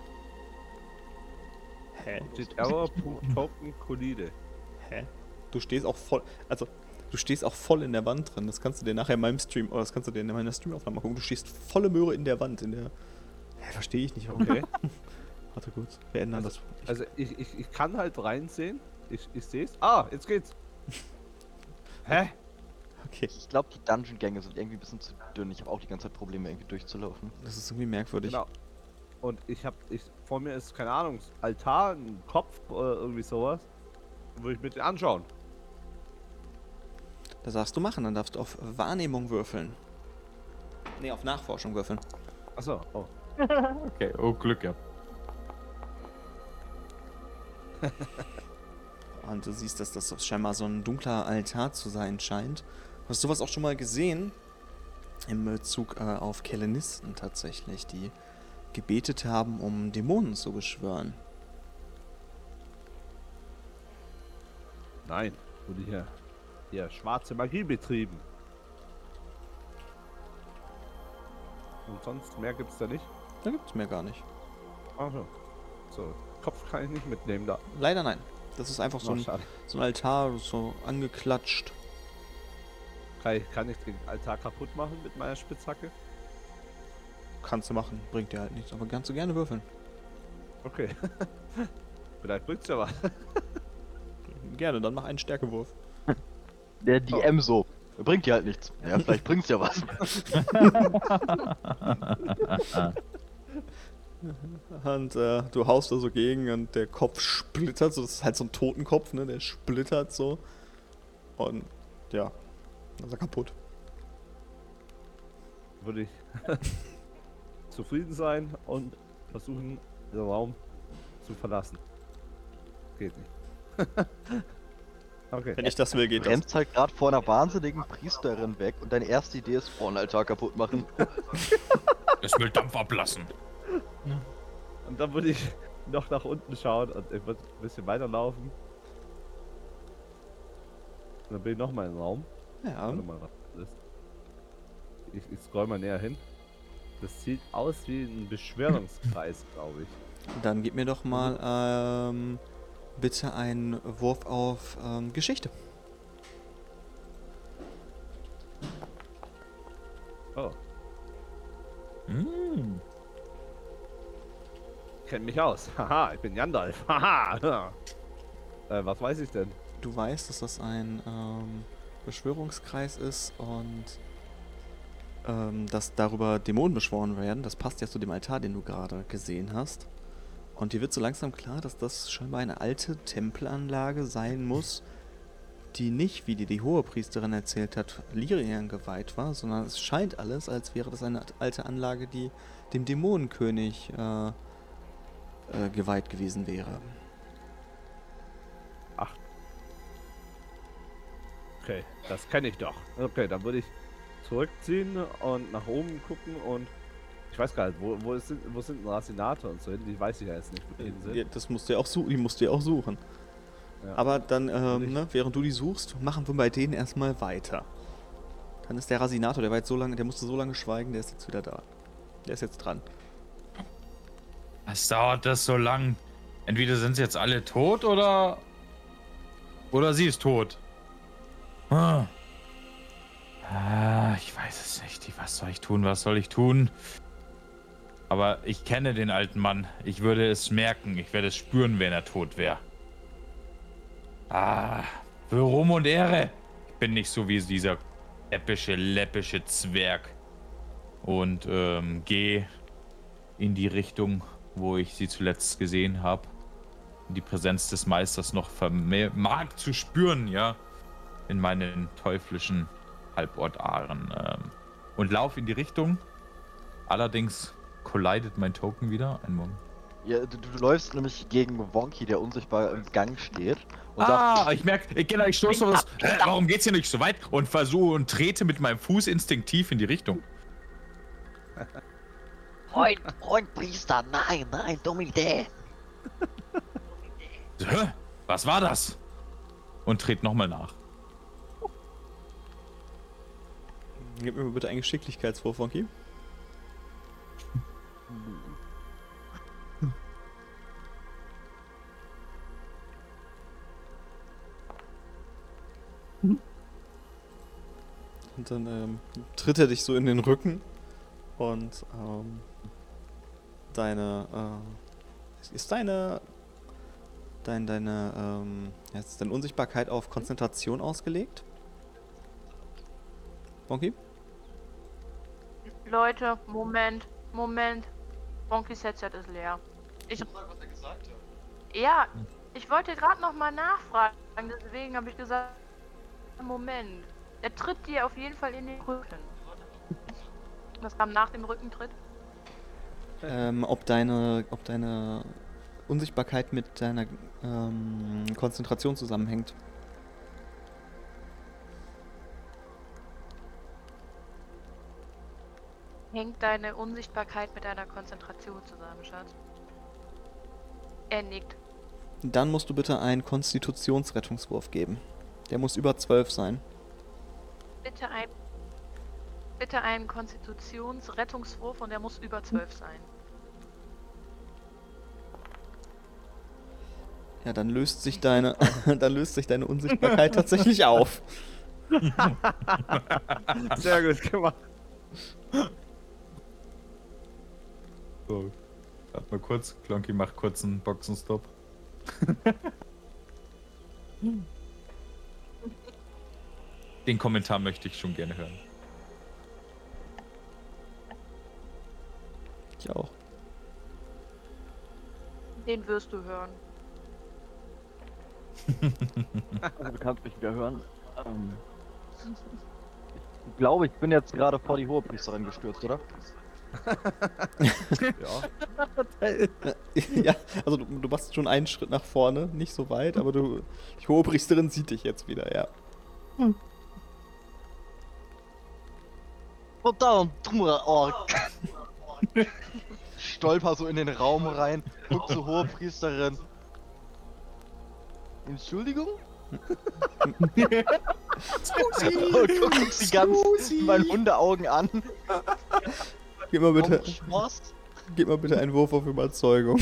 Hä? Steht Error Token Collide. Hä? Du stehst auch voll, also du stehst auch voll in der Wand drin. Das kannst du dir nachher in meinem Stream, oder das kannst du dir in meiner Streamaufnahme gucken. Du stehst volle Möhre in der Wand, in der. Hä, verstehe ich nicht. Warum. Okay. Warte kurz, wir ändern Also, das. Ich, also ich, ich, ich kann halt reinsehen. Ich, ich sehe es. Ah, jetzt geht's. Hä? okay, Ich glaube, die Dungeon-Gänge sind irgendwie ein bisschen zu dünn. Ich habe auch die ganze Zeit Probleme, irgendwie durchzulaufen. das ist irgendwie merkwürdig. Genau. Und ich habe, ich, vor mir ist, keine Ahnung, Altar, ein Kopf oder irgendwie sowas. Würde ich mir den anschauen. Das darfst du machen, dann darfst du auf Wahrnehmung würfeln. Nee, auf Nachforschung würfeln. Achso, oh. Okay, oh Glück, ja. Und du siehst, dass das scheinbar so ein dunkler Altar zu sein scheint. Hast du sowas auch schon mal gesehen? Im Bezug äh, auf Kellenisten tatsächlich, die gebetet haben, um Dämonen zu beschwören. Nein, wurde hier, hier schwarze Magie betrieben. Und sonst mehr gibt's da nicht. Da gibt's mehr gar nicht. Also, so, Kopf kann ich nicht mitnehmen da. Leider nein. Das ist einfach so Oh, ein, schade. so ein Altar, so angeklatscht. Kann ich, kann ich den Altar kaputt machen mit meiner Spitzhacke? Kannst du machen, bringt dir halt nichts, aber kannst du gerne würfeln. Okay. Vielleicht bringt's ja was. Gerne, dann mach einen Stärkewurf. Der D M so. Bringt dir halt nichts. Ja, vielleicht bringt's ja was. Und äh, du haust da so gegen und der Kopf splittert, so, das ist halt so ein Totenkopf, ne, der splittert so. Und ja, dann ist er kaputt. Würde ich zufrieden sein und versuchen, den Raum zu verlassen. Geht nicht. Okay. Wenn ich das will, Du geht das. rennst halt gerade vor einer wahnsinnigen Priesterin weg und deine erste Idee ist, vor einen Altar kaputt machen. Es will Dampf ablassen. Und dann würde ich noch nach unten schauen und ich würde ein bisschen weiterlaufen. Und dann bin ich nochmal im Raum. Ja, Warte mal, was das ist. Ich, ich scroll mal näher hin. Das sieht aus wie ein Beschwörungskreis, glaube ich. dann gib mir doch mal ähm, bitte einen Wurf auf ähm, Geschichte. Oh, Mm. kenn mich aus. Haha, ich bin Gandalf. Haha. äh, was weiß ich denn? Du weißt, dass das ein ähm, Beschwörungskreis ist und ähm, dass darüber Dämonen beschworen werden. Das passt ja zu dem Altar, den du gerade gesehen hast. Und dir wird so langsam klar, dass das scheinbar eine alte Tempelanlage sein muss, die nicht, wie dir die Hohepriesterin erzählt hat, Lyrien geweiht war, sondern es scheint alles, als wäre das eine alte Anlage, die dem Dämonenkönig äh, äh, geweiht gewesen wäre. Ach. Okay, das kenne ich doch. Okay, dann würde ich zurückziehen und nach oben gucken und ich weiß gar nicht, wo, wo, ist, wo sind denn Racinator und so hin? Die weiß ich ja jetzt nicht, wo die hin sind. Ja, das musst du ja auch suchen, die musst du ja auch suchen. Ja. Aber dann, Und ähm, ich- ne, während du die suchst, machen wir bei denen erstmal weiter. Dann ist der Rasinator, der war jetzt so lange, der musste so lange schweigen, der ist jetzt wieder da. Der ist jetzt dran. Was dauert das so lang? Entweder sind sie jetzt alle tot oder. Oder sie ist tot. Ah. Ah, ich weiß es nicht. Was soll ich tun? Was soll ich tun? Aber ich kenne den alten Mann. Ich würde es merken. Ich werde es spüren, wenn er tot wäre. Ah, für Ruhm und Ehre. Ich bin nicht so wie dieser epische, läppische Zwerg. Und ähm, gehe in die Richtung, wo ich sie zuletzt gesehen habe. Die Präsenz des Meisters noch vermag zu spüren, ja. In meinen teuflischen Halbortaren. Ähm, und laufe in die Richtung. Allerdings collidet mein Token wieder. Einen Moment. Ja, du, du läufst nämlich gegen Wonky, der unsichtbar im Gang steht. Und Ah, sagt, ich merke, genau, ich stoße was. Hä, warum geht's hier nicht so weit? Und versuche und trete mit meinem Fuß instinktiv in die Richtung. Freund, Freund, Priester, nein, nein, dumme Idee. Hä? Was war das? Und dreht nochmal nach. Gib mir mal bitte einen Geschicklichkeitswurf, Wonky. Und dann ähm, tritt er dich so in den Rücken und ähm, deine, äh, ist deine, dein, deine, ähm, ja, ist deine Unsichtbarkeit auf Konzentration ausgelegt? Wonky? Leute, Moment, Moment. Bonkys Headset ist leer. Ich. Ja, ich wollte gerade noch mal nachfragen, deswegen habe ich gesagt, Moment. Er tritt dir auf jeden Fall in den Rücken. Was kam nach dem Rückentritt? Ähm, ob deine, ob deine Unsichtbarkeit mit deiner ähm, Konzentration zusammenhängt. Hängt deine Unsichtbarkeit mit deiner Konzentration zusammen, Schatz? Er nickt. Dann musst du bitte einen Konstitutionsrettungswurf geben. Der muss über zwölf sein. Bitte ein. Bitte einen Konstitutionsrettungswurf und der muss über zwölf sein. Ja, dann löst sich deine, dann löst sich deine Unsichtbarkeit tatsächlich auf. Sehr gut gemacht. So. Warte mal kurz. Klonky macht kurz einen Boxenstopp. Den Kommentar möchte ich schon gerne hören. Ich auch. Den wirst du hören. Also du kannst mich wieder hören. Ähm, ich glaube, ich bin jetzt gerade vor die Hohepriesterin gestürzt, oder? Ja. Ja, also du, du machst schon einen Schritt nach vorne, nicht so weit, aber du, die Hohepriesterin sieht dich jetzt wieder, ja. Verdammt, dummer Ork. Stolper so in den Raum rein, guck zur Hohepriesterin. Entschuldigung? Guck, guck sie ganz in meinen Hundeaugen an. Gib mal bitte, Was? gib mal bitte einen Wurf auf Überzeugung.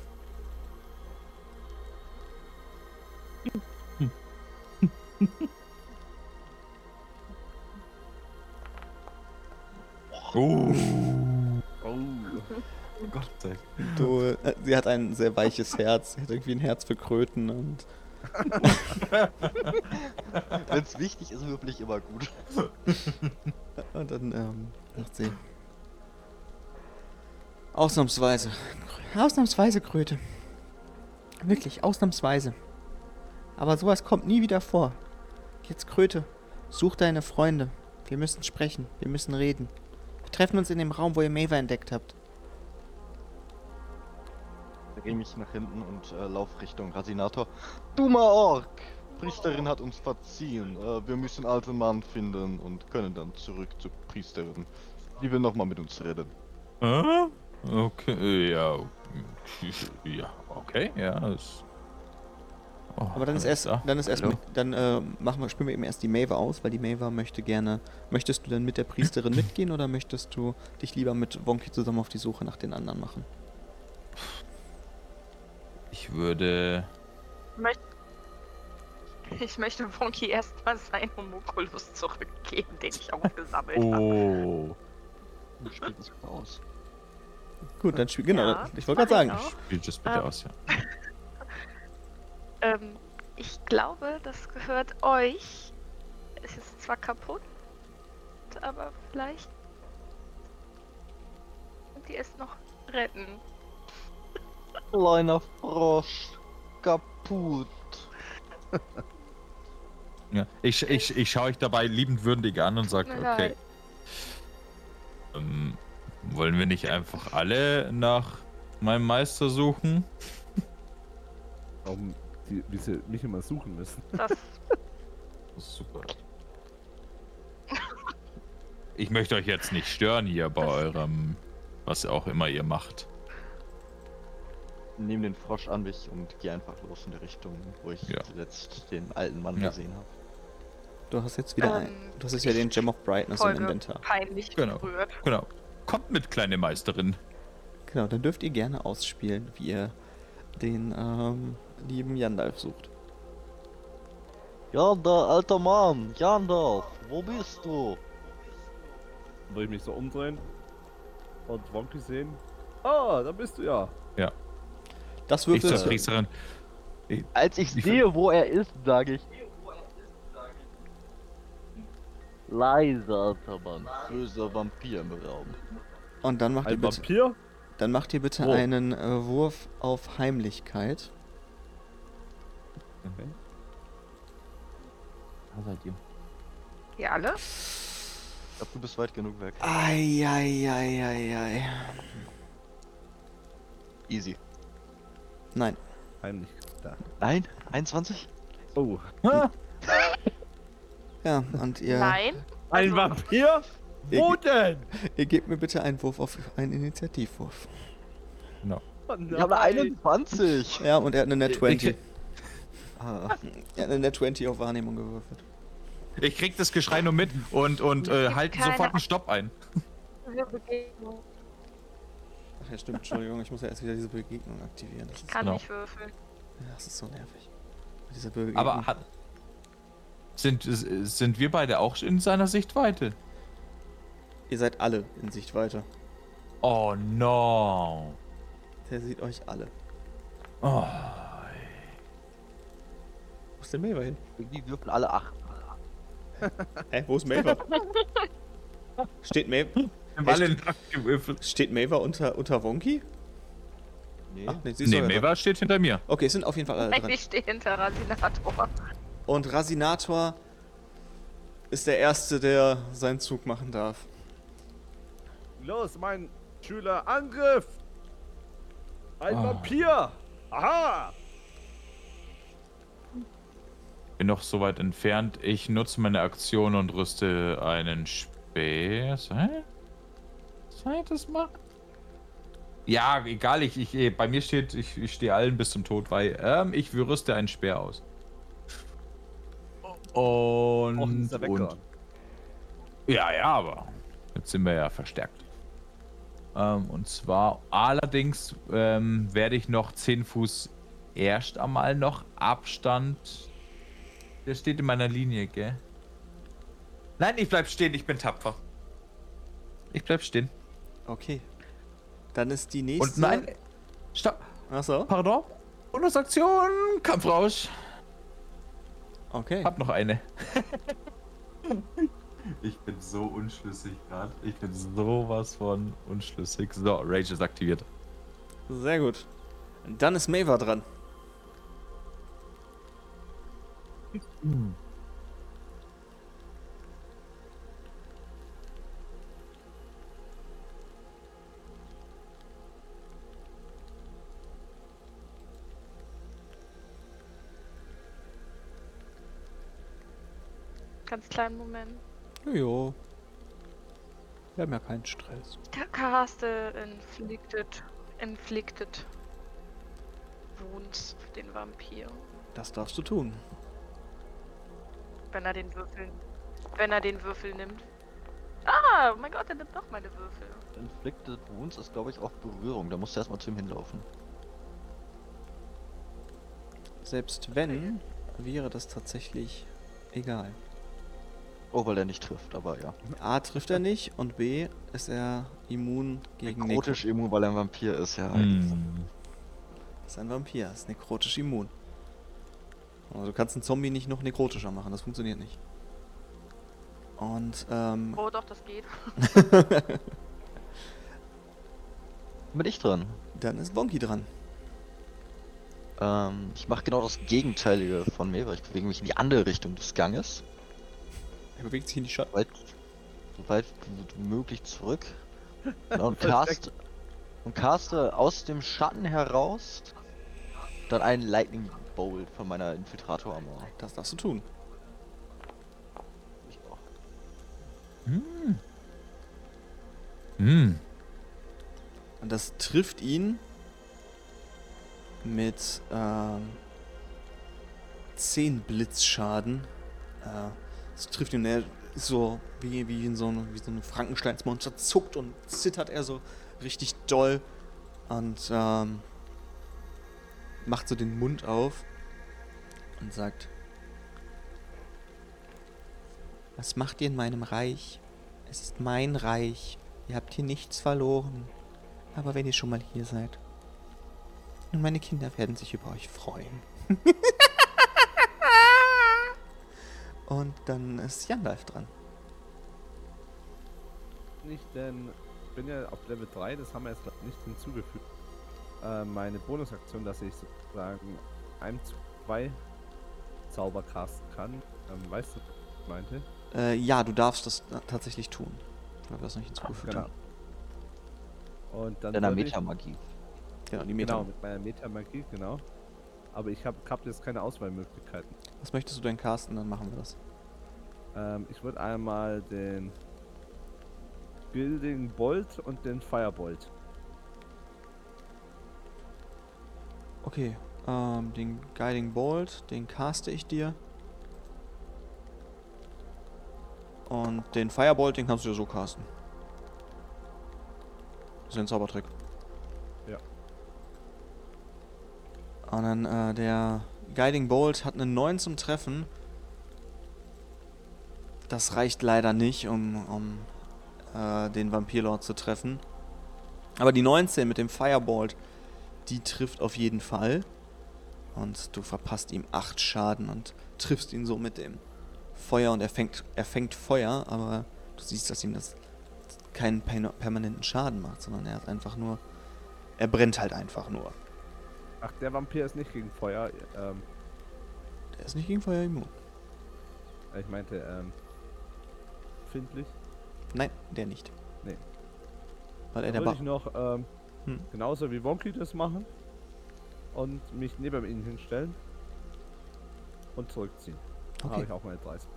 Oh. Oh. Gott sei Dank. Du, äh, sie hat ein sehr weiches Herz, sie hat irgendwie ein Herz für Kröten und Wenn's wichtig ist, würfel ich immer gut. Und dann ähm, sagt sie: Ausnahmsweise. Ausnahmsweise, Kröte. Wirklich, ausnahmsweise. Aber sowas kommt nie wieder vor. Jetzt, Kröte, such deine Freunde. Wir müssen sprechen. Wir müssen reden. Wir treffen uns in dem Raum, wo ihr Maeva entdeckt habt. Da gehe ich nach hinten und äh, lauf Richtung Rasinator. Dummer Ork! Priesterin hat uns verziehen. Äh, wir müssen alten Mann finden und können dann zurück zur Priesterin. Die will nochmal mit uns reden. Ah? Okay, ja. Ja, okay, ja. Das oh, Aber dann ist alles erst, klar. dann ist erst, Hallo? mit, dann äh, machen wir, spielen wir eben erst die Maeva aus, weil die Maeva möchte gerne. Möchtest du denn mit der Priesterin mitgehen oder möchtest du dich lieber mit Wonky zusammen auf die Suche nach den anderen machen? Ich würde. Möcht- Ich möchte Wonky erstmal seinen Homunculus zurückgeben, den ich aufgesammelt habe. Oh. Wie spielt das aus? Gut, dann spiel, genau. Ja, ich wollte das gerade mach sagen. ich auch. Spielt das bitte Ähm. aus, ja. Ähm, ich glaube, das gehört euch. Es ist zwar kaputt, aber vielleicht könnt ihr es noch retten. Kleiner Frosch. Kaputt. ja. Ich, ich, ich schaue euch dabei liebend würdig an und sage, Tut mir okay. leid. Ähm, wollen wir nicht einfach alle nach meinem Meister suchen? Warum die, wie sie mich immer suchen müssen. Das Super. Ich möchte euch jetzt nicht stören hier bei eurem, was auch immer ihr macht. Nehm den Frosch an mich und geh einfach los in die Richtung, wo ich Ja. zuletzt den alten Mann Ja. gesehen habe. Du hast jetzt wieder Ähm, ein, du hast jetzt ja den Gem of Brightness im Folge Inventar. peinlich Genau. berührt. Genau. Kommt mit, kleine Meisterin. Genau, dann dürft ihr gerne ausspielen, wie ihr den ähm, lieben Yandalf sucht. Jandalf, alter Mann, Jandalf, wo bist du? Würde ich mich so umdrehen und Wonky sehen. Ah, da bist du ja. Ja. Das Ich zur würfelst du. Priesterin. Als ich Ich sehe, wo er ist, sage ich. Leise, alter Mann. Böser Vampir im Raum. Und dann macht ihr Ein bitte, Vampir? dann macht ihr bitte Wo? einen äh, Wurf auf Heimlichkeit. Okay. Da seid ihr. Ihr alle? Ich glaube, du bist weit genug weg. Eieieiei. Easy. Nein. Heimlich. Da. Nein? einundzwanzig? Oh. Ja, und ihr, Nein. Ein Also- Vampir? Wo denn? ihr gebt mir bitte einen Wurf auf einen Initiativwurf. Genau. Oh, Ich habe eine einundzwanzig! Ja, und er hat eine Net zwanzig. Ich- Ah. Er hat eine Net zwanzig auf Wahrnehmung gewürfelt. Ich krieg das Geschrei nur mit und, und äh, gibt halten keine sofort einen Stopp ein. Wir Begegnung. Ach ja, stimmt, Entschuldigung, ich muss ja erst wieder diese Begegnung aktivieren. Das ist, Kann Genau. nicht würfeln. ja, das ist so nervig. Diese Begegnung. Aber hat, sind, sind wir beide auch in seiner Sichtweite? Ihr seid alle in Sichtweite. Oh no. Der sieht euch alle. Oh. Wo ist denn Maver hin? Die würfeln alle acht. Hä, wo ist Maver? Steht Maver, Wir haben alle nachgewürfelt. steht Maver unter, unter Wonky? Nee. Ach, nee, sie ist Nee, doch einfach- Maver steht hinter mir. Okay, es sind auf jeden Fall alle dran. Ich stehe hinter Rasinator. Und Rasinator ist der Erste, der seinen Zug machen darf. Los, mein Schüler, Angriff! Ein Ah. Vampir! Aha! Bin noch so weit entfernt. Ich nutze meine Aktion und rüste einen Speer. Hä? Soll ich das machen? Ja, egal. Ich, ich, eh, bei mir steht, ich, ich stehe allen bis zum Tod bei. Ähm, ich rüste einen Speer aus. Und, Och, ist er und weggerannt. ja, ja, aber jetzt sind wir ja verstärkt. Ähm, und zwar allerdings ähm, werde ich noch zehn Fuß erst einmal noch Abstand. Der steht in meiner Linie, gell? Nein, ich bleib stehen, ich bin tapfer. Ich bleib stehen. Okay. Dann ist die nächste... Und nein, stopp, Achso, pardon. Bonusaktion, Kampfrausch. okay. Hab noch eine. Ich bin so unschlüssig gerade. Ich bin sowas von unschlüssig. So, Rage ist aktiviert. Sehr gut. Dann ist Maver dran. Ganz kleinen Moment. Jojo. Wir haben ja keinen Stress. Der caste inflicted. Inflicted. Wounds auf den Vampir. Das darfst du tun. Wenn er den Würfel. Wenn er den Würfel nimmt. Ah, oh mein Gott, er nimmt doch meine Würfel. Inflicted Wounds ist, glaube ich, auch Berührung. Da musst du erstmal zu ihm hinlaufen. Selbst wenn, wäre das tatsächlich egal. Oh, weil er nicht trifft, aber ja. A trifft er nicht und B ist er immun gegen Nekro. Nekrotisch immun, weil er ein Vampir ist, ja. Hm. Ist ein Vampir, ist nekrotisch immun. Also du kannst einen Zombie nicht noch nekrotischer machen, das funktioniert nicht. Und ähm, Oh doch, das geht. Bin ich dran. dann ist Wonky dran. Ähm, ich mache genau das Gegenteilige von mir, weil ich bewege mich in die andere Richtung des Ganges. Er bewegt sich in die Schatten. Weit, so weit wie möglich zurück. Genau, und, cast, und caste aus dem Schatten heraus dann einen Lightning Bolt von meiner Infiltrator-Armor. Das darfst du tun. Ich auch. Hm. Hm. Und das trifft ihn mit ähm, zehn Blitzschaden. Äh, es trifft ihn, er ist so wie, wie, in so eine, wie so ein Frankensteinsmonster, zuckt und zittert er so richtig doll und ähm, macht so den Mund auf und sagt: Was macht ihr in meinem Reich? Es ist mein Reich. Ihr habt hier nichts verloren. Aber wenn ihr schon mal hier seid. Und meine Kinder werden sich über euch freuen. Und dann ist Janwalf dran. Nicht, denn ich bin ja auf Level drei, das haben wir jetzt glaub nicht hinzugefügt. Äh, meine Bonusaktion, dass ich sozusagen ein zu zwei Zauber casten kann. Ähm, weißt du, was ich meinte? Äh, ja, du darfst das äh, tatsächlich tun. Weil wir das nicht hinzugefügt Genau. haben. Und dann Deiner würde ich- Metamagie. Genau, die Meta. Genau, mit meiner Metamagie, genau. Aber ich habe hab jetzt keine Auswahlmöglichkeiten. Was möchtest du denn casten? Dann machen wir das. Ähm, ich würde einmal den Building Bolt und den Firebolt. Okay, ähm, den Guiding Bolt, den caste ich dir. Und den Firebolt, den kannst du dir so casten. Das ist ein Zaubertrick. Ja. Und dann äh, der Guiding Bolt hat eine neun zum Treffen. Das reicht leider nicht, um, um äh, den Vampirlord zu treffen. Aber die neunzehn mit dem Firebolt, die trifft auf jeden Fall. Und du verpasst ihm acht Schaden und triffst ihn so mit dem Feuer. Und er fängt, er fängt Feuer, aber du siehst, dass ihm das keinen per permanenten Schaden macht, sondern er hat einfach nur... Er brennt halt einfach nur. Ach, der Vampir ist nicht gegen Feuer. Ähm, Der ist nicht gegen Feuer immun. ich meinte, ähm, empfindlich. Nein, der nicht. Nee. Weil er Da der würde ba ich noch ähm, Hm. genauso wie Wonky das machen und mich neben ihn hinstellen und zurückziehen. Dann Okay. habe ich auch meine dreißig.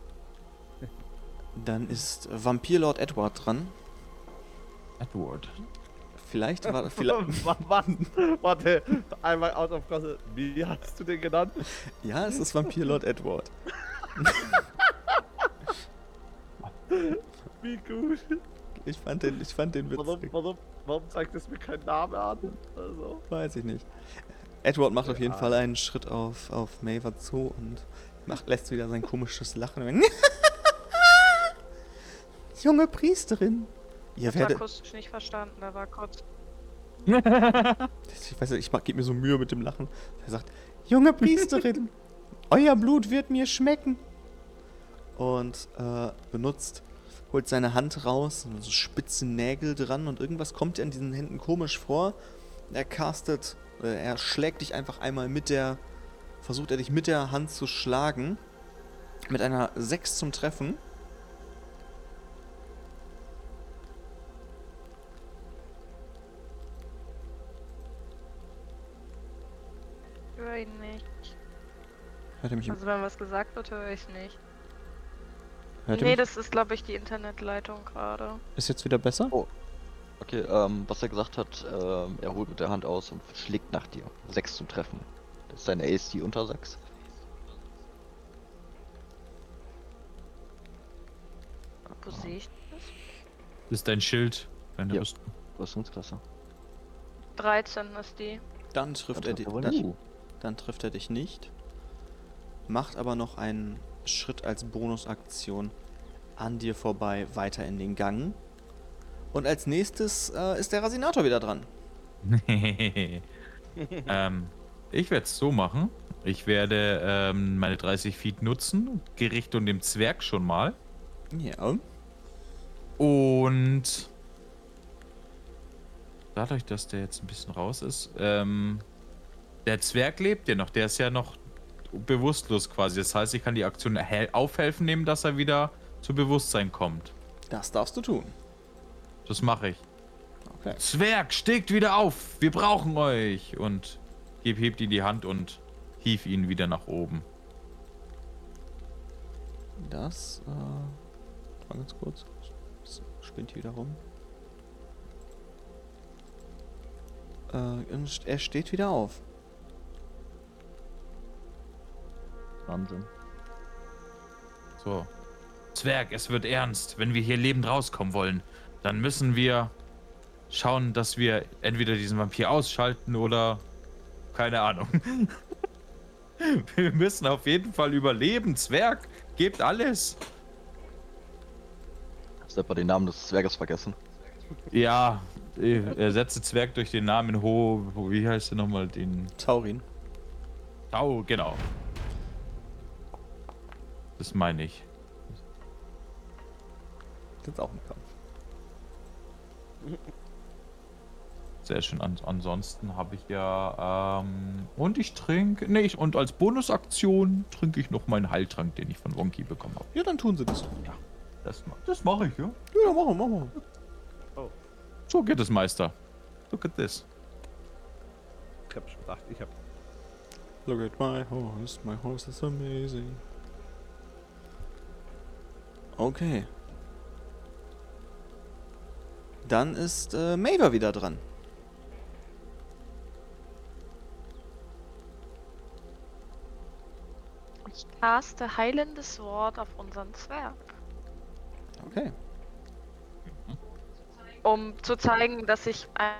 Dann ist Vampirlord Edward dran. Edward. Vielleicht war... vielleicht, warte, warte, einmal out of Klasse. Wie hast du den genannt? ja, es ist Vampirlord Edward. Wie gut. Ich fand den, ich fand den Warum, witzig. warum, warum zeigt es mir keinen Namen an? Also. Weiß ich nicht. Edward macht auf jeden Ja. Fall einen Schritt auf, auf Maver zu und macht, lässt wieder sein komisches Lachen. Junge Priesterin. Ihr Ich hab werdet... akustisch nicht verstanden, da war kurz. Ich weiß nicht, ich gebe mir so Mühe mit dem Lachen. Er sagt, junge Priesterin, euer Blut wird mir schmecken. Und äh, benutzt, holt seine Hand raus, und so spitze Nägel dran und irgendwas kommt dir an diesen Händen komisch vor. Er castet, äh, er schlägt dich einfach einmal mit der, versucht er dich mit der Hand zu schlagen. Mit einer sechs zum Treffen. Ich höre ihn nicht. Hört ihr mich? Also wenn was gesagt wird, höre ich nicht. Hört ihr Nee, mich? das ist glaube ich die Internetleitung gerade. Ist jetzt wieder besser? Oh. Okay, ähm, was er gesagt hat, ähm, er holt mit der Hand aus und schlägt nach dir. sechs zum Treffen. Das ist seine A C unter sechs. Wo sehe ich das? Das ist dein Schild. Deine Ja. Rüstung. Rüstungsklasse. dreizehn ist die. Dann trifft er, Dann di trifft er wohl dann, nicht. dann trifft er dich nicht. Macht aber noch einen Schritt als Bonusaktion an dir vorbei weiter in den Gang. Und als nächstes äh, ist der Rasinator wieder dran. ähm, ich werde es so machen. Ich werde ähm, meine dreißig Feet nutzen. Gehe Richtung dem Zwerg schon mal. Ja. Und dadurch, dass der jetzt ein bisschen raus ist, ähm, der Zwerg lebt ja noch. Der ist ja noch bewusstlos quasi. Das heißt, ich kann die Aktion erhel- aufhelfen nehmen, dass er wieder zu Bewusstsein kommt. Das darfst du tun. Das mache ich. Okay. Zwerg, steigt wieder auf! Wir brauchen euch! Und heb, hebt ihn die Hand und hief ihn wieder nach oben. Das, äh, mal ganz kurz. Das spinnt hier wieder rum. äh, und er steht wieder auf. Wahnsinn. So. Zwerg, es wird ernst. Wenn wir hier lebend rauskommen wollen, dann müssen wir schauen, dass wir entweder diesen Vampir ausschalten oder keine Ahnung. Wir müssen auf jeden Fall überleben. Zwerg, gebt alles. Hast du etwa den Namen des Zwerges vergessen? Ja, ersetze Zwerg durch den Namen Ho. Wie heißt der nochmal? Den Taurin. Tau, genau. Das meine ich. Sitzt auch im Kampf. Sehr schön. An ansonsten habe ich ja. Ähm, und ich trinke. Nee, ich, und als Bonusaktion trinke ich noch meinen Heiltrank, den ich von Wonky bekommen habe. Ja, dann tun sie das. Ja, das, ma- das mache ich, ja. Ja, machen wir, machen wir. So geht es, Meister. Look at this. Ich hab schon gedacht, ich hab. Look at my horse, my horse is amazing. Okay. Dann ist äh, Maver wieder dran. Ich caste heilendes Wort auf unseren Zwerg. Okay. Um zu zeigen, dass ich ein-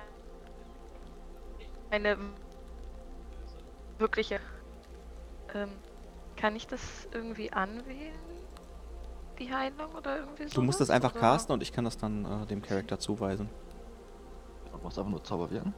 eine wirkliche... Ähm, kann ich das irgendwie anwählen? Die Heilung oder irgendwie so? Du musst das einfach casten und ich kann das dann äh, dem Charakter zuweisen. Du machst einfach nur Zauber wirken.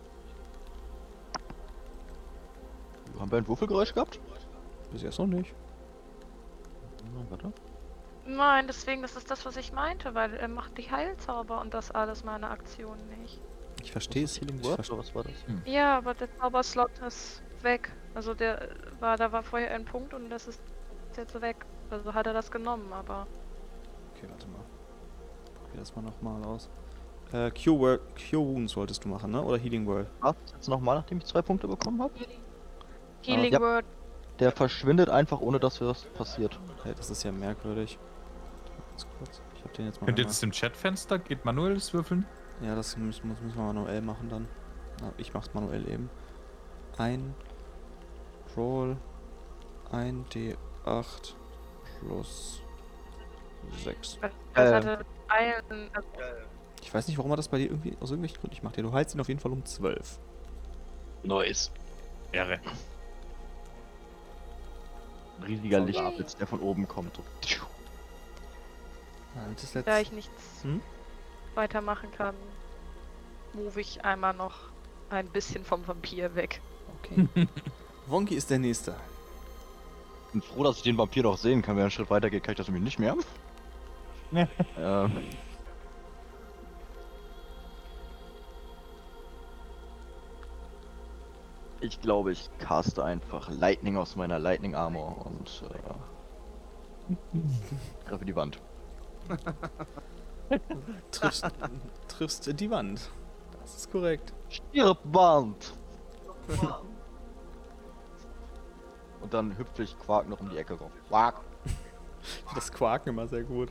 Haben wir ein Würfelgeräusch gehabt? Bis jetzt noch nicht. Na, warte. Nein, deswegen, das ist das, was ich meinte, weil er macht die Heilzauber und das alles meine Aktion nicht. Ich verstehe es. Was ist Healing Ich Word verstehe. oder was war das? Ja, aber der Zauberslot ist weg. Also der war, da war vorher ein Punkt und das ist jetzt weg. Also hat er das genommen, aber... Okay, warte mal. Probier das mal nochmal aus. Äh, Cure, Word, Cure Wounds wolltest du machen, ne? Oder Healing Word? Was? Jetzt nochmal, nachdem ich zwei Punkte bekommen habe? Healing ja. Word. Der verschwindet einfach, ohne dass was passiert. Hey, das ist ja merkwürdig. Ganz kurz. Ich hab den jetzt mal. Könnt ihr einmal- jetzt im Chatfenster, geht manuelles Würfeln? Ja, das müssen, muss- müssen wir manuell machen dann. Na, ich mach's manuell eben. Ein Roll, ein D acht plus sechs. Das Äh. hatte Eilen, also Ich weiß nicht, warum er das bei dir irgendwie aus irgendwelchen Gründen nicht macht. Ja, du heilst ihn auf jeden Fall um zwölf. Nice. Ehre. Ein riesiger Lichtblitz, der von oben kommt. So. Ja, das ist da jetzt... ich nichts Hm? weitermachen kann, move ich einmal noch ein bisschen vom Vampir weg. Okay. Wonky ist der Nächste. Ich bin froh, dass ich den Vampir noch sehen kann. Wenn er einen Schritt weiter geht, kann ich das nämlich nicht mehr. ähm. Ich glaube, ich caste einfach Lightning aus meiner Lightning Armor und äh, treffe die Wand. Triffst, triffst die Wand. Das ist korrekt. Stirb, Wand! Und dann hüpfe ich Quark noch um die Ecke rum. Quark! Das Quaken immer sehr gut.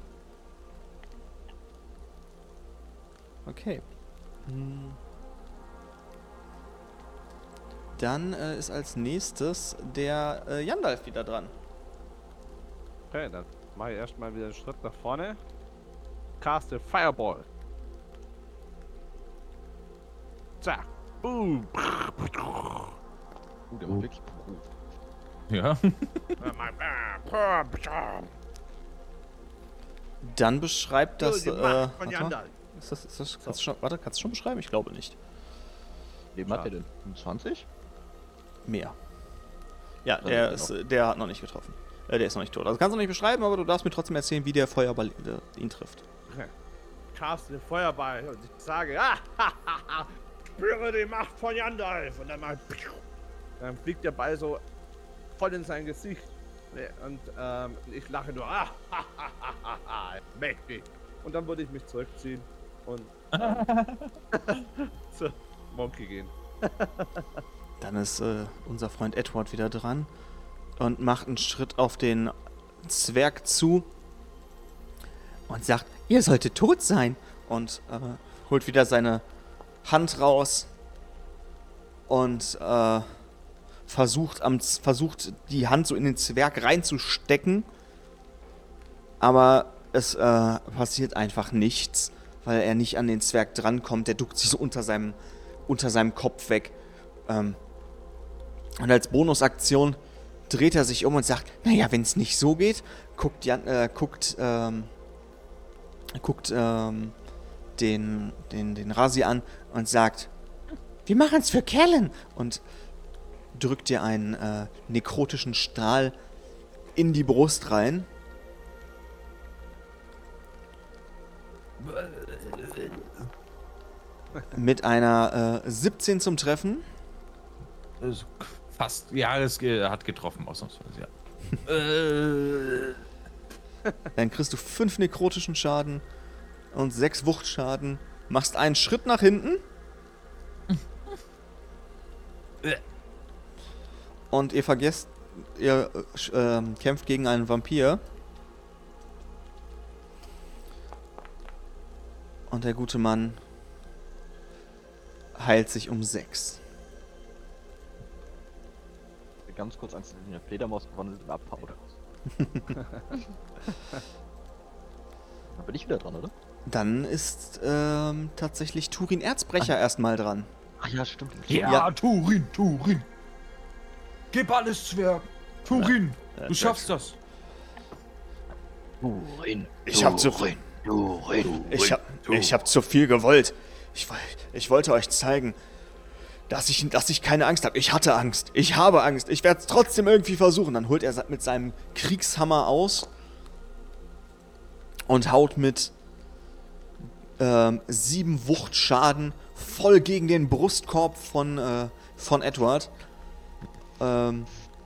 Okay. Hm. Dann äh, ist als nächstes der äh, Yandalf wieder dran. Okay, dann mache ich erstmal wieder einen Schritt nach vorne. Caste Fireball. Zack. Boom. Uh, der war wirklich pro. Ja. Dann beschreibt das. Äh, Von warte, mal. Yandalf. ist das, ist das kannst du schon, warte, kannst du schon beschreiben? Ich glaube nicht. Leben hat der denn? zwanzig? Mehr. Ja, Dann der, noch. ist, äh, der hat noch nicht getroffen. Äh, der ist noch nicht tot. Also kannst du noch nicht beschreiben, aber du darfst mir trotzdem erzählen, wie der Feuerball äh, ihn trifft. Okay. Caste den Feuerball und ich sage, ah, ha, ha, ha, spüre die Macht von Yandalf. Und dann mal, dann fliegt der Ball so voll in sein Gesicht. Und ähm, ich lache nur, ah, ha, ha, ha, ha, ha, mächtig. Und dann würde ich mich zurückziehen und ähm, zu Monkey gehen. Dann ist äh, unser Freund Edward wieder dran und macht einen Schritt auf den Zwerg zu und sagt, ihr solltet tot sein. Und äh, holt wieder seine Hand raus und äh, versucht, am, Z- versucht, die Hand so in den Zwerg reinzustecken. Aber es äh, passiert einfach nichts, weil er nicht an den Zwerg drankommt. Der duckt sich so unter seinem, unter seinem Kopf weg. Ähm, und als Bonusaktion dreht er sich um und sagt, naja, wenn es nicht so geht, guckt, Jan, äh, guckt, ähm, guckt ähm, den, den, den Rasi an und sagt, wir machen's für Kellen. Und drückt dir einen äh, nekrotischen Strahl in die Brust rein. Mit einer äh, siebzehn zum Treffen. Also fast. Ja, es äh, hat getroffen, ausnahmsweise, ja. äh, Dann kriegst du fünf nekrotischen Schaden und sechs Wuchtschaden. Machst einen Schritt nach hinten. Und ihr vergesst, ihr äh, äh, kämpft gegen einen Vampir. Und der gute Mann heilt sich um sechs. Ganz kurz Angst, dass ich in eine Fledermaus gewandelt und abhaue. Dann bin ich wieder dran, oder? Dann ist ähm, tatsächlich Turin Erzbrecher erstmal dran. Ach ja, stimmt. ja, Ja. Turin, Turin. Gib alles, Zwerg. Turin, Ja, du schaffst das. Turin. Ich hab zu Turin. Turin. Ich hab, ich hab zu viel gewollt. Ich, woll- ich wollte euch zeigen, dass ich, dass ich keine Angst habe. Ich hatte Angst. Ich habe Angst. Ich werde es trotzdem irgendwie versuchen. Dann holt er mit seinem Kriegshammer aus und haut mit ähm, sieben Wuchtschaden voll gegen den Brustkorb von, äh, von Edward. Ähm,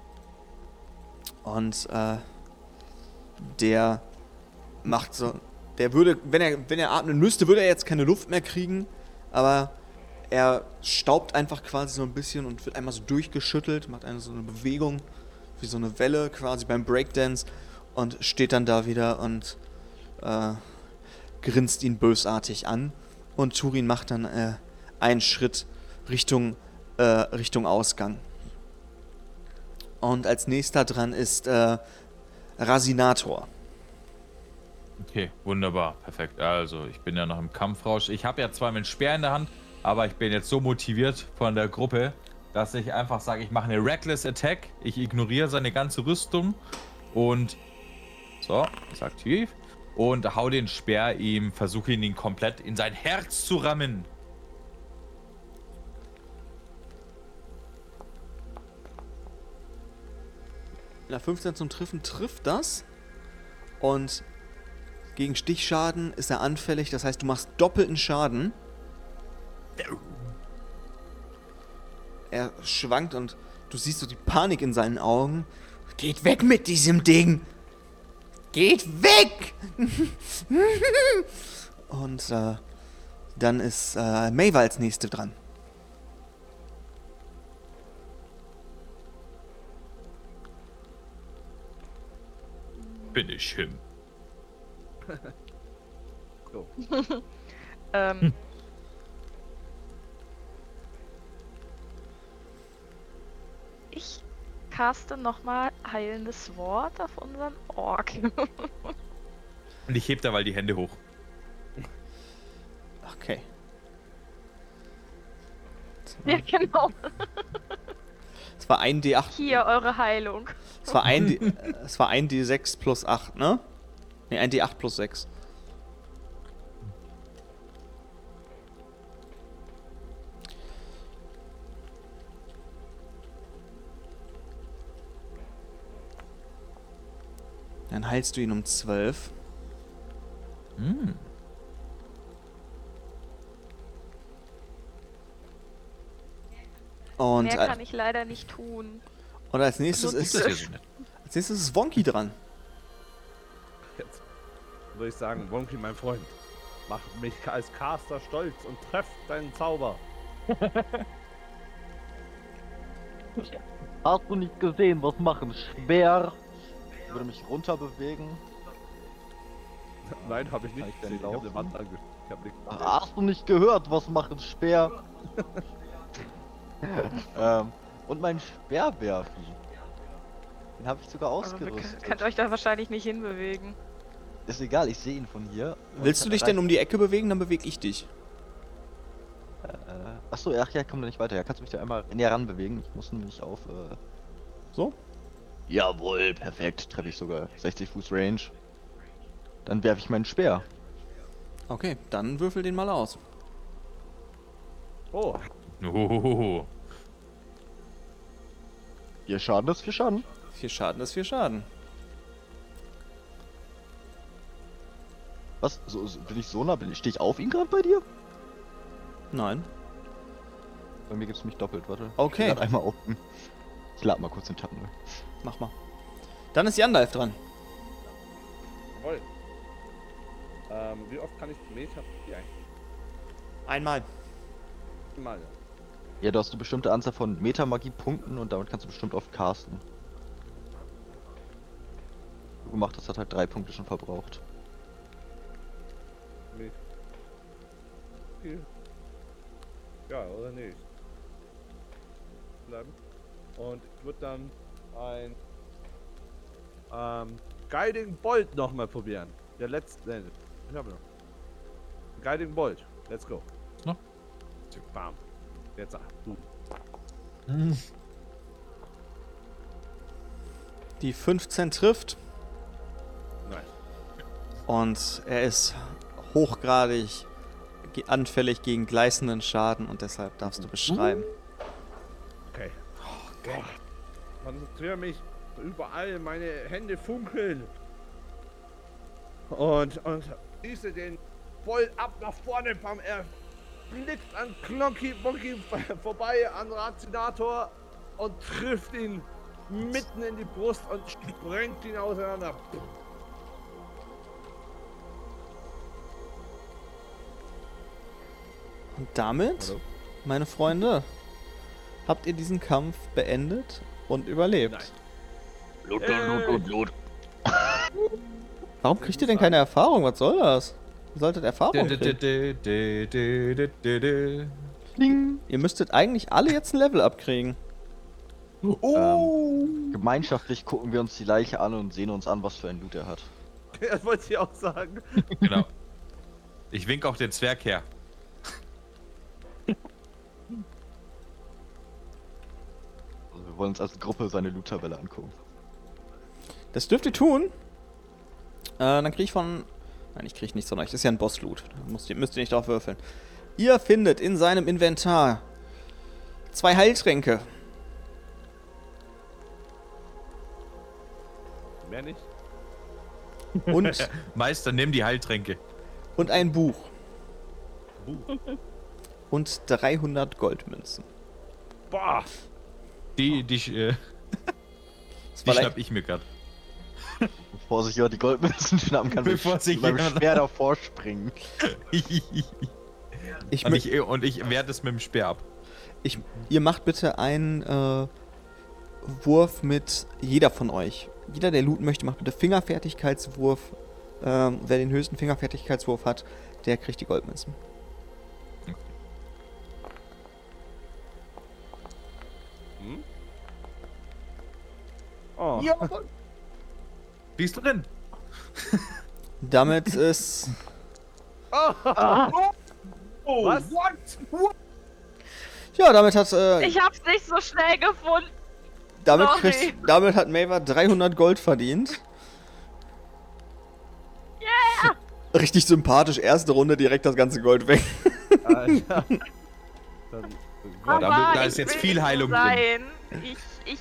und äh, der macht so. Der würde, wenn er, wenn er atmen müsste, würde er jetzt keine Luft mehr kriegen. Aber er staubt einfach quasi so ein bisschen und wird einmal so durchgeschüttelt, macht eine so eine Bewegung, wie so eine Welle quasi beim Breakdance und steht dann da wieder und äh, grinst ihn bösartig an. Und Turin macht dann äh, einen Schritt Richtung, äh, Richtung Ausgang. Und als nächster dran ist äh, Rasinator. Okay, wunderbar, perfekt. Also, ich bin ja noch im Kampfrausch. Ich habe ja zwar meinen Speer in der Hand, aber ich bin jetzt so motiviert von der Gruppe, dass ich einfach sage, ich mache eine Reckless Attack. Ich ignoriere seine ganze Rüstung und so, ist aktiv. Und hau den Speer ihm, versuche ihn, ihn komplett in sein Herz zu rammen. Na, fünfzehn zum Treffen trifft das. Und gegen Stichschaden ist er anfällig. Das heißt, du machst doppelten Schaden. Er schwankt und du siehst so die Panik in seinen Augen. Geht weg mit diesem Ding! Geht weg! Und äh, dann ist äh, Maeve als nächste dran. Bin ich hin. So. Ähm. Ich caste nochmal heilendes Wort auf unseren Ork. Und ich heb derweil die Hände hoch. Okay. Ja, genau. Es war ein D acht. Hier, eure Heilung. Es war ein, D, äh, es war ein D sechs plus acht, ne? Ne, ein D acht plus sechs. Dann heilst du ihn um zwölf. Hm. Und, Mehr äh, kann ich leider nicht tun. und als nächstes Also, ist Das ist ja so nett. als nächstes ist Wonky dran. Jetzt würde ich sagen, Wonky, mein Freund, mach mich als Caster stolz und treff deinen Zauber. Hast du nicht gesehen, was machen Speer? Ich würde mich runter bewegen. Nein, habe ich Kann nicht ich denn gesehen. Ich habe laufen? eine Wand ange... Ich habe nichts gesehen. Hast du nicht gehört, was machen Speer? ähm, und mein Speer werfen. Den habe ich sogar Also, ihr ausgerüstet. könnt euch da wahrscheinlich nicht hinbewegen. Ist egal, ich sehe ihn von hier. Willst du dich denn um die Ecke bewegen? Dann bewege ich dich. Äh, achso, ach ja, komm da nicht weiter. Ja, kannst du mich da einmal näher ran bewegen? Ich muss nämlich auf. Äh... So? Jawohl, perfekt. Treffe ich sogar. sechzig Fuß Range. Dann werfe ich meinen Speer. Okay, dann würfel den mal aus. Oh, Oh. Vier Schaden ist vier Schaden. Vier Schaden ist vier Schaden. Was? So, so, bin ich so nah? Bin ich, stehe ich auf ihn gerade bei dir? Nein. Bei mir gibt es mich doppelt, warte. Okay. Ich lad einmal auf. Ich lade mal kurz den Tab neu. Mach mal. Dann ist Jandalf dran. jawohl. Ähm, wie oft kann ich Meter? Ja, Einmal. mal. Ja, du hast eine bestimmte Anzahl von Metamagie-Punkten und damit kannst du bestimmt oft casten. Du gemacht hast, hat halt drei Punkte schon verbraucht. Mit. Viel. Ja, oder nicht? Bleiben. Und ich würde dann ein ähm, Guiding Bolt nochmal probieren. Der letzte. Nee, ich habe noch. Guiding Bolt. Let's go. No. Bam. Jetzt ah, du. Hm. Die fünfzehn trifft Nein. und er ist hochgradig ge- anfällig gegen gleißenden Schaden und deshalb darfst du beschreiben. Okay. Oh Gott. Konzentriere mich überall, meine Hände funkeln. Und, und schieße den voll ab nach vorne, bam, er blickt an Klonky Bonky vorbei, an Razinator und trifft ihn mitten in die Brust und sprengt ihn auseinander. Und damit, Hallo? meine Freunde, habt ihr diesen Kampf beendet und überlebt. Nein. Blut, Blut, Blut, Blut. Warum kriegt ihr denn keine Erfahrung? Was soll das? Ihr solltet Erfahrung Du, kriegen. du, du, du, du, du, du. Ding. Ihr müsstet eigentlich alle jetzt ein Level abkriegen. Oh. Ähm, gemeinschaftlich gucken wir uns die Leiche an und sehen uns an, was für ein Loot er hat. Das wollte ich auch sagen. Genau. Ich wink auch den Zwerg her. Also wir wollen uns als Gruppe seine Loot-Tabelle angucken. Das dürft ihr tun. Äh, dann krieg ich von... Nein, ich krieg nichts von euch. Das ist ja ein Boss-Loot. Da müsst ihr, müsst ihr nicht drauf würfeln. Ihr findet in seinem Inventar zwei Heiltränke. Mehr nicht? Und, Meister, nimm die Heiltränke. und ein Buch. Und dreihundert Goldmünzen. Boah. Die, die, äh, Das die war schnapp leicht- ich mir grad. Bevor sich jemand die Goldmünzen schnappen kann, Bevor will ich sich mit meinem jemand- Speer davor springen. Ich, und, mö- ich, und ich wehre das mit dem Speer ab. ich, ihr macht bitte einen äh, Wurf mit jeder von euch. Jeder, der looten möchte, macht bitte Fingerfertigkeitswurf. Ähm, wer den höchsten Fingerfertigkeitswurf hat, der kriegt die Goldmünzen. Hm? Oh. Ja. Die ist drin. Damit ist... Oh, Was? what? Ja, damit hat... Äh, Ich hab's nicht so schnell gefunden. damit, sorry. kriegt, damit hat Maver dreihundert Gold verdient. Yeah! Richtig sympathisch. Erste Runde direkt das ganze Gold weg. Alter. Dann, Ja, da- Aber da ich ist jetzt will viel nicht so Heilung drin. sein. Ich, ich,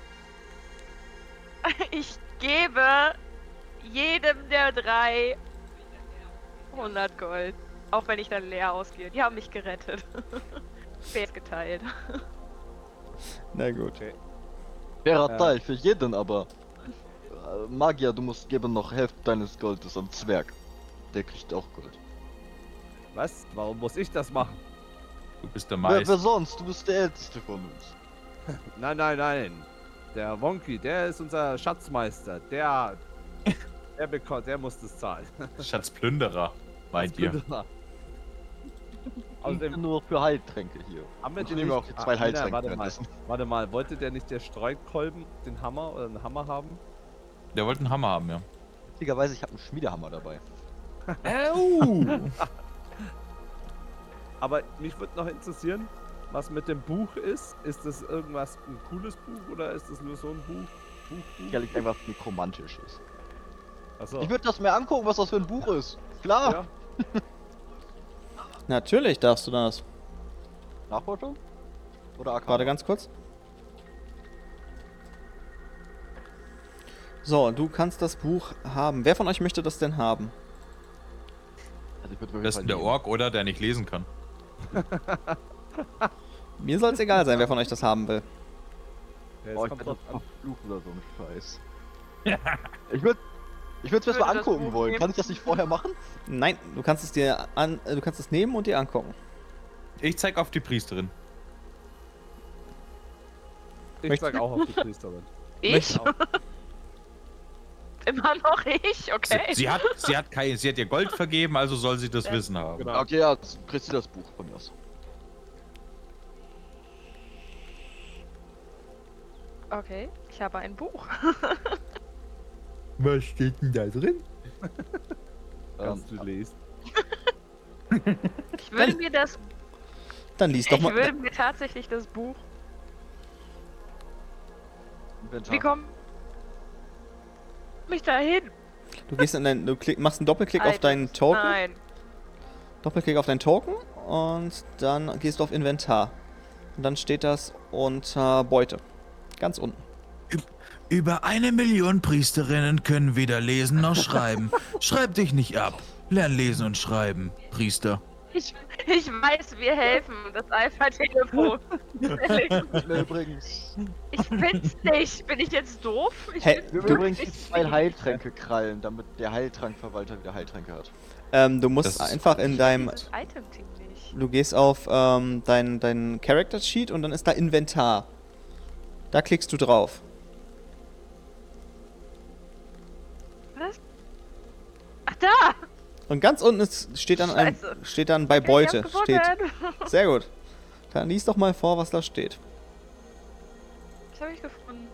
ich gebe jedem der drei hundert Gold. Auch wenn ich dann leer ausgehe. Die haben mich gerettet. Fair geteilt. Na gut. Fairer Ja. Teil für jeden, aber äh, Magier, du musst geben noch Hälfte deines Goldes am Zwerg. Der kriegt auch Gold. was? Warum muss ich das machen? Du bist der Wer, wer Meister. sonst? Du bist der Älteste von uns. Nein, nein, nein. Der Wonky, der ist unser Schatzmeister. Der, der bekommt, der muss das zahlen. Schatzplünderer, meint ihr. Außerdem nur für Heiltränke hier. haben wir Ich den nehme nicht- auch die zwei Ah, Heiltränke Warte mal, währenddessen. warte mal, wollte der nicht der Streitkolben den Hammer oder einen Hammer haben? Der wollte einen Hammer haben, ja. Witzigerweise, ich habe einen Schmiedehammer dabei. Oh. Aber mich würde noch interessieren, was mit dem Buch ist. Ist das irgendwas ein cooles Buch oder ist das nur so ein Buch? Buch, Buch? Sicherlich irgendwas nekromantisches. Achso. Ich würde das mir angucken, was das für ein Buch ist. Klar. Ja. Natürlich darfst du das. Nachforschung? Oder Arcana? Warte ganz kurz. So, du kannst das Buch haben. Wer von euch möchte das denn haben? Also ich würde Das ist der Ork, oder? Der nicht lesen kann. Mir soll es egal sein, wer von euch das haben will. Ja, jetzt Oh, ich kommt hätte drauf das an. verflucht oder so ein Scheiß. Ich würde ich würde es mir Würde mal das angucken Buch wollen. nehmen? Kann ich das nicht vorher machen? Nein, du kannst es dir an, äh, du kannst es nehmen und dir angucken. Ich zeig auf die Priesterin. Ich Möchtest sag auch auf die Priesterin. Ich? Auch. Immer noch ich? Sie, Okay. sie, hat, sie, hat kein, sie hat ihr Gold vergeben, also soll sie das Wissen haben. Genau. Okay, ja, jetzt kriegst du das Buch von mir aus. Okay, ich habe ein Buch. Was steht denn da drin? Kannst Ähm, du lesen. Ich würde Dann- mir das. Dann lies doch Ich mal. würde mir tatsächlich das Buch. Inventar. Wie komme ich da hin? Du gehst in dein, du klick, machst einen Doppelklick auf deinen Token. Nein. Doppelklick auf deinen Token und dann gehst du auf Inventar. Und dann steht das unter Beute. Ganz unten. Über eine Million Priesterinnen können weder lesen noch schreiben. Schreib dich nicht ab. Lern lesen und schreiben, Priester. Ich, ich weiß, wir helfen. Das Alpha-Telefon. Schnell übrigens. Ich bin's nicht. Bin ich jetzt doof? Ich Hä? bin's Wir Du- haben übrigens die zwei Heiltränke krallen, damit der Heiltrankverwalter wieder Heiltränke hat. Ähm, du musst Das ist einfach in deinem. Das Item-Team nicht. Du gehst auf ähm, dein, dein Character Sheet und dann ist da Inventar. Da klickst du drauf. Was? Ach, da! Und ganz unten ist, steht dann ein, Scheiße. steht dann bei Okay, Beute. ich hab's Steht. gefunden. Sehr gut. Dann lies doch mal vor, was da steht. Was habe ich gefunden?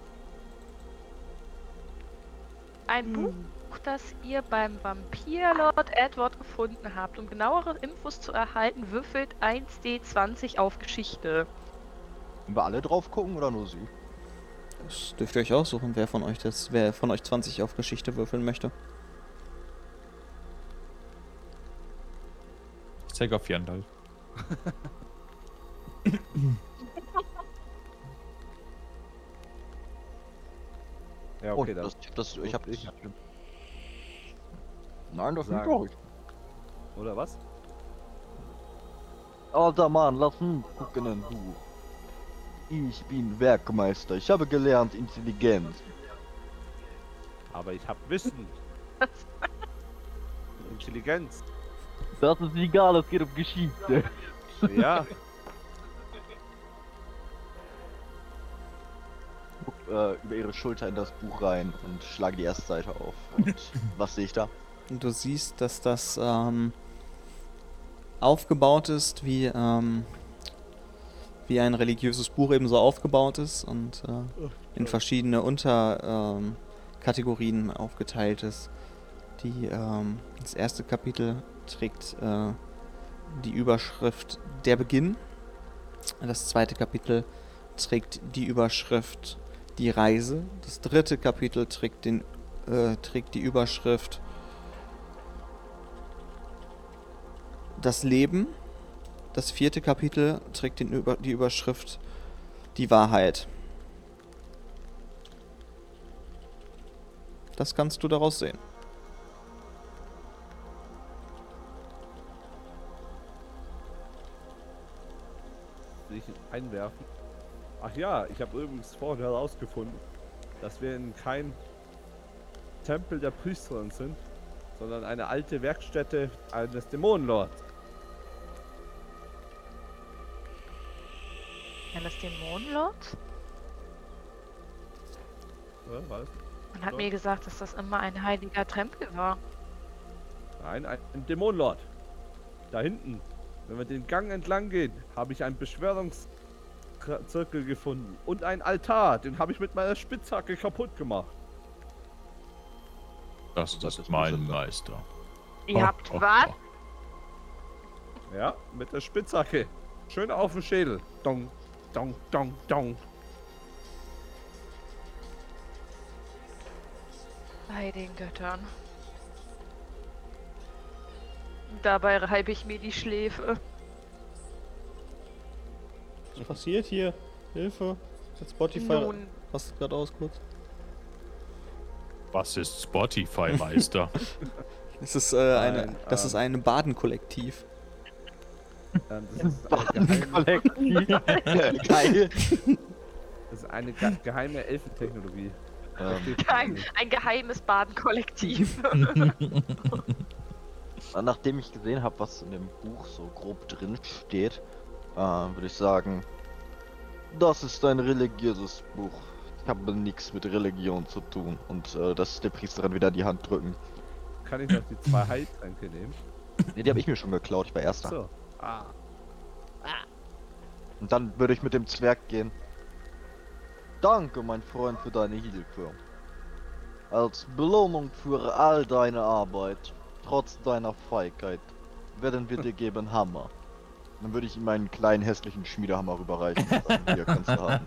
Ein Buch, das ihr beim Vampir-Lord Edward gefunden habt. Um genauere Infos zu erhalten, würfelt eins D zwanzig auf Geschichte. Können wir alle drauf gucken oder nur sie? Das dürft ihr euch aussuchen, wer von euch das, wer von euch zwanzig auf Geschichte würfeln möchte. Ich zeig auf Jandal. Ja, Oh, okay, dann. das, das, ich hab ich- ich. Nein, das Sagen. glaube ich. Oder was? Alter Mann, lass mich gucken, du. Ich bin Werkmeister. Ich habe gelernt Intelligenz. Aber ich hab Wissen. Intelligenz. Das ist egal, es geht um Geschichte. Ja. Guck äh, über ihre Schulter in das Buch rein und schlage die erste Seite auf. Und was sehe ich da? Und du siehst, dass das ähm, aufgebaut ist, wie, ähm, wie ein religiöses Buch eben so aufgebaut ist und äh, in verschiedene Unterkategorien ähm, Kategorien aufgeteilt ist. Die, ähm, das erste Kapitel trägt äh, die Überschrift Der Beginn. Das zweite Kapitel trägt die Überschrift Die Reise. Das dritte Kapitel trägt, den, äh, trägt die Überschrift Das Leben. Das vierte Kapitel trägt den Über die Überschrift Die Wahrheit. Das kannst du daraus sehen. Will ich einwerfen? Ach ja, ich habe übrigens vorhin herausgefunden, dass wir in kein Tempel der Priesterin sind, sondern eine alte Werkstätte eines Dämonenlords. Eines Dämonenlords? Ja, was? Man hat Ja. mir gesagt, dass das immer ein heiliger Tempel war. Nein, ein, ein Dämonenlord. Da hinten. Wenn wir den Gang entlang gehen, habe ich einen Beschwörungszirkel gefunden. Und einen Altar, den habe ich mit meiner Spitzhacke kaputt gemacht. Das ist mein Meister. Ihr habt was? Ja, mit der Spitzhacke. Schön auf den Schädel. Dong, dong, dong, dong. Bei den Göttern. Dabei reibe ich mir die Schläfe. Was passiert hier? Hilfe. Hat Spotify. Nun, Was gerade aus kurz? Was ist Spotify, Meister? Das ist, äh, eine, Nein, das ähm. ist ein Badenkollektiv. Ähm, das, ist eine geheime, Geil. das ist eine ge geheime Elfentechnologie. Ähm, ein, ein geheimes Badenkollektiv. nachdem ich gesehen habe, was in dem Buch so grob drin steht, äh, würde ich sagen, das ist ein religiöses Buch. Ich habe nichts mit Religion zu tun und äh, das der Priesterin wieder in die Hand drücken. Kann ich noch die zwei Heiltränke nehmen? Ne, die habe ich mir schon geklaut, ich war erster. So. Ah. Und dann würde ich mit dem Zwerg gehen. Danke, mein Freund, für deine Hilfe. Als Belohnung für all deine Arbeit, trotz deiner Feigheit, werden wir dir geben Hammer. Dann würde ich ihm einen kleinen hässlichen Schmiedehammer rüberreichen. Also, hier kannst du haben.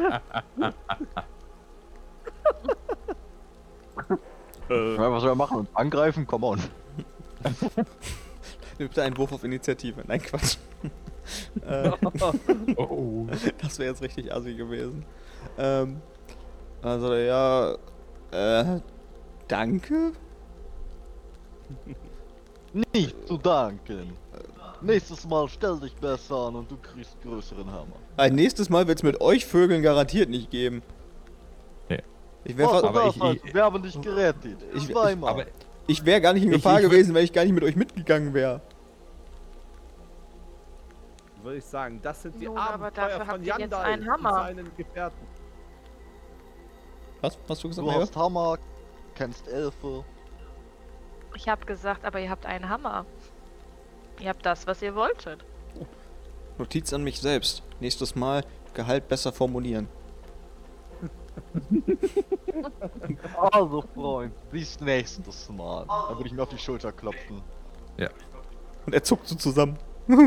Äh, Ja, was soll er machen? Uns angreifen? Come on. Bitte einen Wurf auf Initiative. Nein, Quatsch. äh, Oh. das wäre jetzt richtig assi gewesen. Ähm, also, ja, äh, danke? Nicht zu danken. Nächstes Mal stell dich besser an und du kriegst größeren Hammer. Ein nächstes Mal wird es mit euch Vögeln garantiert nicht geben. Nee. Ich wäre Was fa- aber das ich- also? ich- Wir haben dich gerettet. ich- Zweimal. Aber ich wär gar nicht in Ich- Gefahr ich würd- gewesen, weil ich gar nicht mit euch mitgegangen wäre. würde ich sagen, das sind die Nun, aber Abenteuer dafür von habt ihr jetzt Jandal einen und Hammer. seinen Gefährten. Was? Hast du gesagt? du Maja? hast Hammer, kennst Elfe. Ich habe gesagt, aber ihr habt einen Hammer. Ihr habt das, was ihr wolltet. Notiz an mich selbst. Nächstes Mal Gehalt besser formulieren. Also, Freund, bis nächstes Mal. Dann würde ich mir auf die Schulter klopfen. Und er zuckt so zusammen.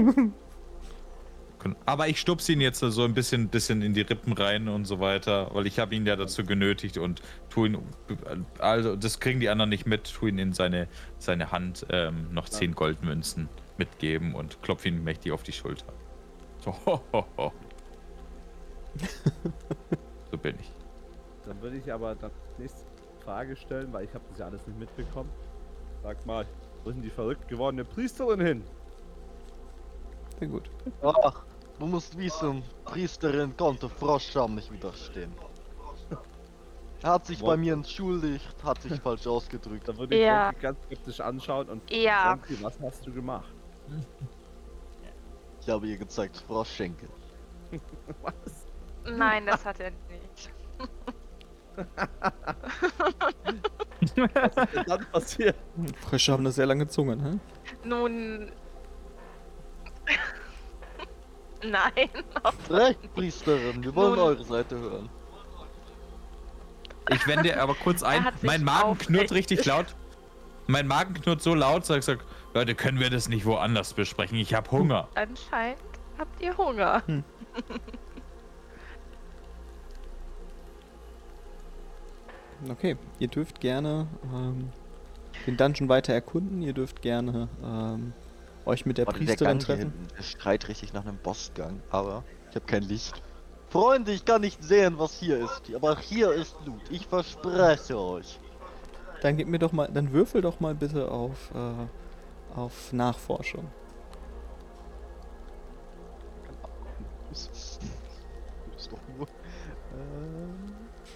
Aber ich stupse ihn jetzt so ein bisschen, bisschen in die Rippen rein und so weiter, weil ich habe ihn ja dazu genötigt und tu ihn, also das kriegen die anderen nicht mit, tu ihn in seine, seine Hand ähm, noch zehn Goldmünzen mitgeben und klopfe ihn mächtig auf die Schulter. So, ho, ho, ho. So bin ich. Dann würde ich aber dann die nächste Frage stellen, weil ich habe das ja alles nicht mitbekommen. Sag mal, wo ist denn die verrückt gewordene Priesterin hin? Sehr gut. Ach, du musst wissen, Priesterin konnte Froschscham nicht widerstehen. Er hat sich bei mir entschuldigt, hat sich falsch ausgedrückt. Da würde ich Ja. Wonky ganz skeptisch anschauen und Ja. Wonky, was hast du gemacht? Ich habe ihr gezeigt, Froschschenkel. Was? Nein, das hat er nicht. Was ist denn dann passiert? Frösche haben eine sehr lange Zunge, ne? Nun. Nein. Recht, Priesterin, wir wollen Nun- eure Seite hören. Ich wende aber kurz Er ein, hat sich mein Magen knurrt aufrecht- richtig laut. Mein Magen knurrt so laut, sag, sag, Leute, können wir das nicht woanders besprechen? Ich habe Hunger. Anscheinend habt ihr Hunger. Okay, ihr dürft gerne ähm, den Dungeon weiter erkunden. Ihr dürft gerne ähm, euch mit der Warte, der Priesterin Gang hier treffen. hinten, der schreit richtig nach einem Bossgang, aber ich habe kein Licht. Freunde, ich kann nicht sehen, was hier ist, aber hier ist Loot, ich verspreche euch. Dann gib mir doch mal, dann würfel doch mal bitte auf, äh, auf Nachforschung. Das ist, das ist doch nur... Ähm...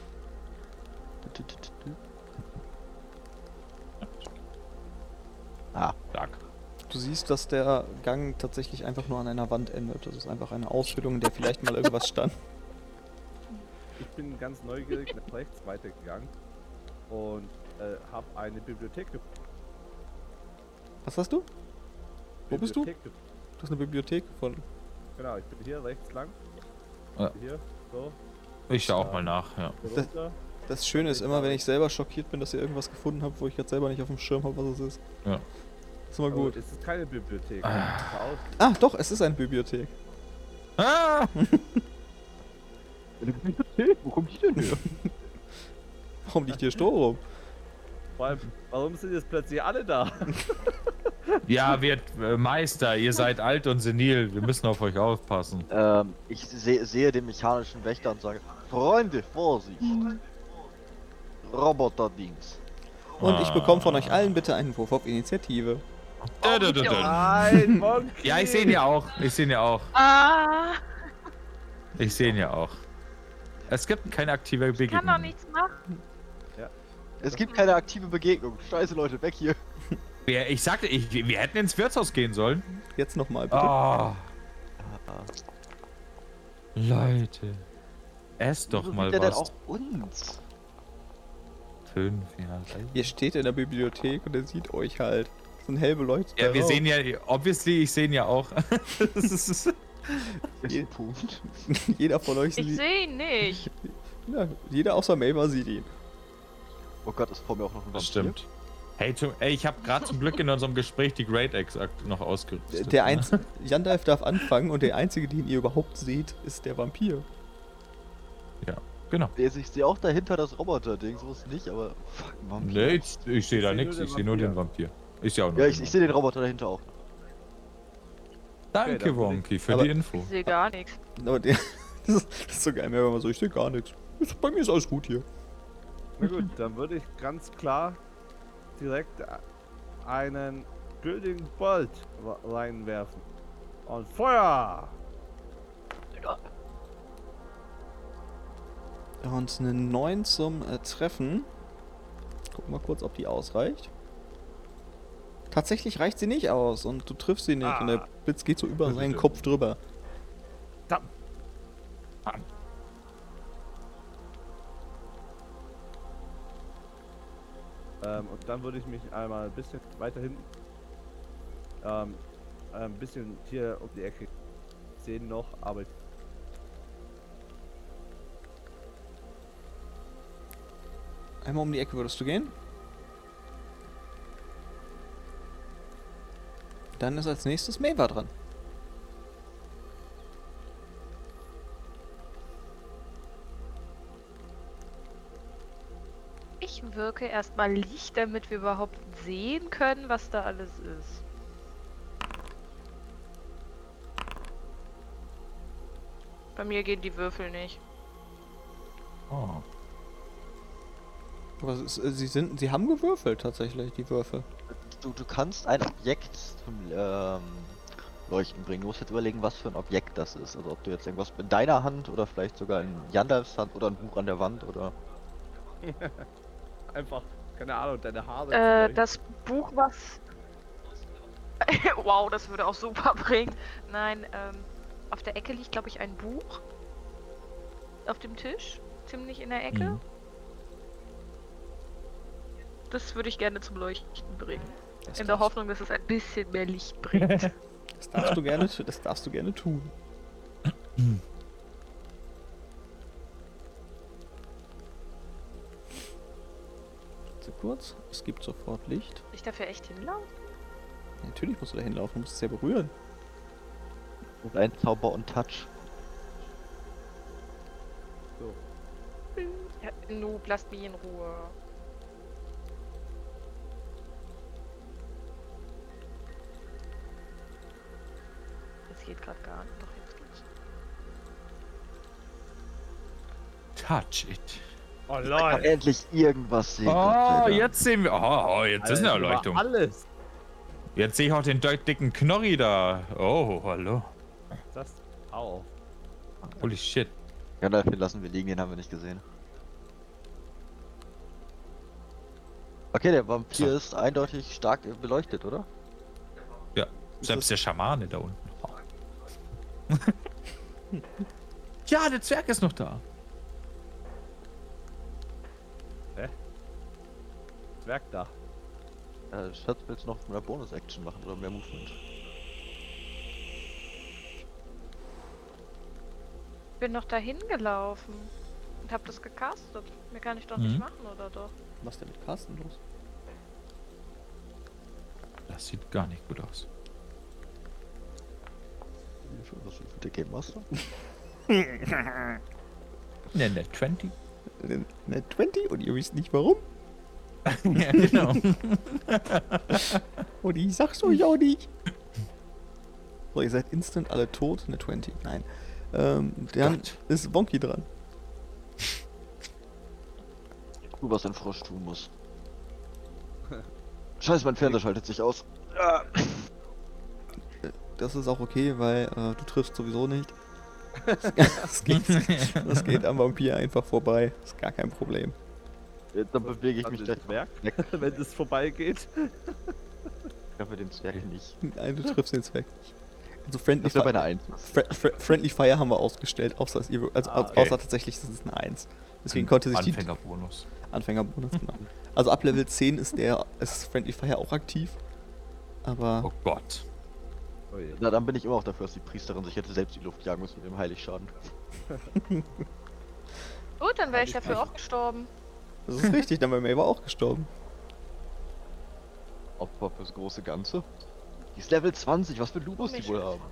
Ah, Sag. Du siehst, dass der Gang tatsächlich einfach nur an einer Wand endet. Das ist einfach eine Ausfüllung, in der vielleicht mal irgendwas stand. Ich bin ganz neugierig nach rechts weitergegangen und äh, habe eine Bibliothek gefunden. Was hast du? Wo bist du? Bibliothek gefunden. Du hast eine Bibliothek gefunden. Genau, ich bin hier rechts lang. Ja. Hier, so. Ich schau auch mal nach, ja. hier Das- runter. Das Schöne ist immer, wenn ich selber schockiert bin, dass ihr irgendwas gefunden habt, wo ich jetzt selber nicht auf dem Schirm habe, was es ist. Ja. Ist immer Oh, gut. es ist keine Bibliothek. Ah. Sieht aus. Ah, doch, es ist eine Bibliothek. Ah! Wo kommt die denn her? Warum liegt hier Stroh rum? Vor allem, warum sind jetzt plötzlich alle da? Ja, wir äh, Meister, ihr seid alt und senil. Wir müssen auf euch aufpassen. Ähm, ich seh, sehe den mechanischen Wächter und sage, Freunde, Vorsicht! Roboterdings. Und ich Ah. bekomme von euch allen bitte einen Wurf auf Initiative. Dö, dö, dö, dö. Nein, Monkey! Ja, ich sehe ihn ja auch. Ich sehe ihn ja auch. Ah, Ich sehe ihn ja auch. Es gibt keine aktive ich kann doch Begegnung. nichts machen. Es gibt keine aktive Begegnung. Scheiße, Leute, weg hier. Wir- Ich sagte, ich, wir hätten ins Wirtshaus gehen sollen. Jetzt nochmal bitte. Oh, Leute. Ess doch Wieso mal sieht der denn was. auch uns? Fünf, ja. drei. Ihr steht in der Bibliothek und er sieht euch halt. So ein hell beleuchteter Ja, wir Raum. sehen ja, obviously, ich sehe ihn ja auch. Das ist, Ist ein Punkt. Jeder von euch Ich sieht. sehe ihn nicht. Ja, jeder außer Maver sieht ihn. Oh Gott, ist vor mir auch noch ein das Vampir? stimmt. Hey, tu- ey, ich habe gerade zum Glück in unserem Gespräch die Great Axe noch ausgerüstet. Der ne? eins Jandalf darf anfangen und der einzige, den ihr überhaupt seht, ist der Vampir. Ja, genau. Der- Ich sehe auch dahinter das Roboter-Ding, so ist nicht, aber fuck, Vampir. Nee, ich, ich sehe da seh nur nichts. den Ich sehe nur den Vampir. Ist ja auch nur Ja, ein ich, ich sehe den Roboter dahinter auch. Danke, Okay, dann will ich- Wonky, für Aber- die Info. Ich sehe gar nichts. Aber der, das, ist, das ist so geil, wenn man so, ich sehe gar nichts. Ist- Bei mir ist alles gut hier. Na gut, dann würde ich ganz klar direkt einen Gilding Bolt wa- reinwerfen. Und Feuer! Und eine neun zum äh, Treffen. Gucken wir kurz, ob die ausreicht. Tatsächlich reicht sie nicht aus und du triffst sie nicht Ah. und der Blitz geht so über seinen Kopf drüber. Tam. Ähm, und dann würde ich mich einmal ein bisschen weiter hinten, ähm, ein bisschen hier um die Ecke sehen noch, aber ich Einmal um die Ecke würdest du gehen. Dann ist als nächstes Maver dran. Ich wirke erstmal Licht, damit wir überhaupt sehen können, was da alles ist. Bei mir gehen die Würfel nicht. Oh. Aber es ist, äh, sie sind, sie haben gewürfelt tatsächlich, die Würfel. Du, du kannst ein Objekt zum ähm, Leuchten bringen. Du musst jetzt überlegen, was für ein Objekt das ist. Also ob du jetzt irgendwas in deiner Hand oder vielleicht sogar in Jandalfs Hand oder ein Buch an der Wand oder... einfach, keine Ahnung, deine Haare. Äh, vielleicht. das Buch, was... wow, das würde auch super bringen. Nein, ähm, auf der Ecke liegt, glaube ich, ein Buch. Auf dem Tisch. Ziemlich in der Ecke. Mhm. Das würde ich gerne zum Leuchten bringen. Das In der darfst- Hoffnung, dass es ein bisschen mehr Licht bringt. Das darfst du gerne, das darfst du gerne tun. So kurz, es gibt sofort Licht. ich darf ja echt hinlaufen. Natürlich musst du da hinlaufen, du musst es ja berühren. Und ein Zauber und Touch. Ja, Noob, lasst mich in Ruhe. Es geht gerade gar nicht. Doch, jetzt geht's. Touch it. Oh Ich kann lol. endlich irgendwas sehen. Gott sei Oh, Dank. jetzt sehen wir. Oh, oh jetzt ist eine Alter, über Erleuchtung. Alles. Jetzt sehe ich auch den deut- dicken Knorri da. Oh, hallo. Das auch. Holy shit. Gandalf, den lassen wir liegen, den haben wir nicht gesehen. Okay, der Vampir So. ist eindeutig stark beleuchtet, oder? Ja, selbst der Schamane da unten. Ja, der Zwerg ist noch da. Werk da. Äh, Schatz, willst du noch mehr Bonus-Action machen oder mehr Movement? bin doch dahin gelaufen und hab das gecastet. Mehr kann ich doch nicht Mhm. machen, oder doch? Was ist denn mit Carsten los? Das sieht gar nicht gut aus. Was für der Game Master? Ne, ne, zwanzig. Net zwanzig und ihr wisst nicht warum? Ja, genau. Und ich sag's euch auch nicht. So, ihr seid instant alle tot. Net zwanzig, nein. Ähm, dann Gott. ist Wonky dran. Du, was ein Frosch tun muss. Scheiße, mein Fernseher schaltet sich aus. Das ist auch okay, weil äh, du triffst sowieso nicht. Das geht, das geht am Vampir einfach vorbei. Ist gar kein Problem. Ja, dann bewege ich An mich den gleich Zwerg, weg. wenn es vorbeigeht. Ich treffe den Zwerg nicht. Nein, du triffst den Zweck nicht. Also Friendly, Das wäre bei Fi einer eins. Fre Fre Friendly Fire haben wir ausgestellt, außer, dass ihr, also, Ah, au- okay. außer tatsächlich, das ist eine eins. Deswegen konnte sich die Anfängerbonus. Anfängerbonus, genau. Also ab Level zehn ist der ist Friendly Fire auch aktiv. Aber Oh Gott. Oh je. Na, dann bin ich immer auch dafür, dass die Priesterin sich hätte selbst die Luft jagen müssen mit dem Heiligschaden. Gut, dann wäre ich Hab ich dafür nicht. auch gestorben. das ist richtig, dann wäre Maeve auch gestorben. Opfer fürs große Ganze. Die ist Level zwanzig, was für Lubos die Mich. wohl haben.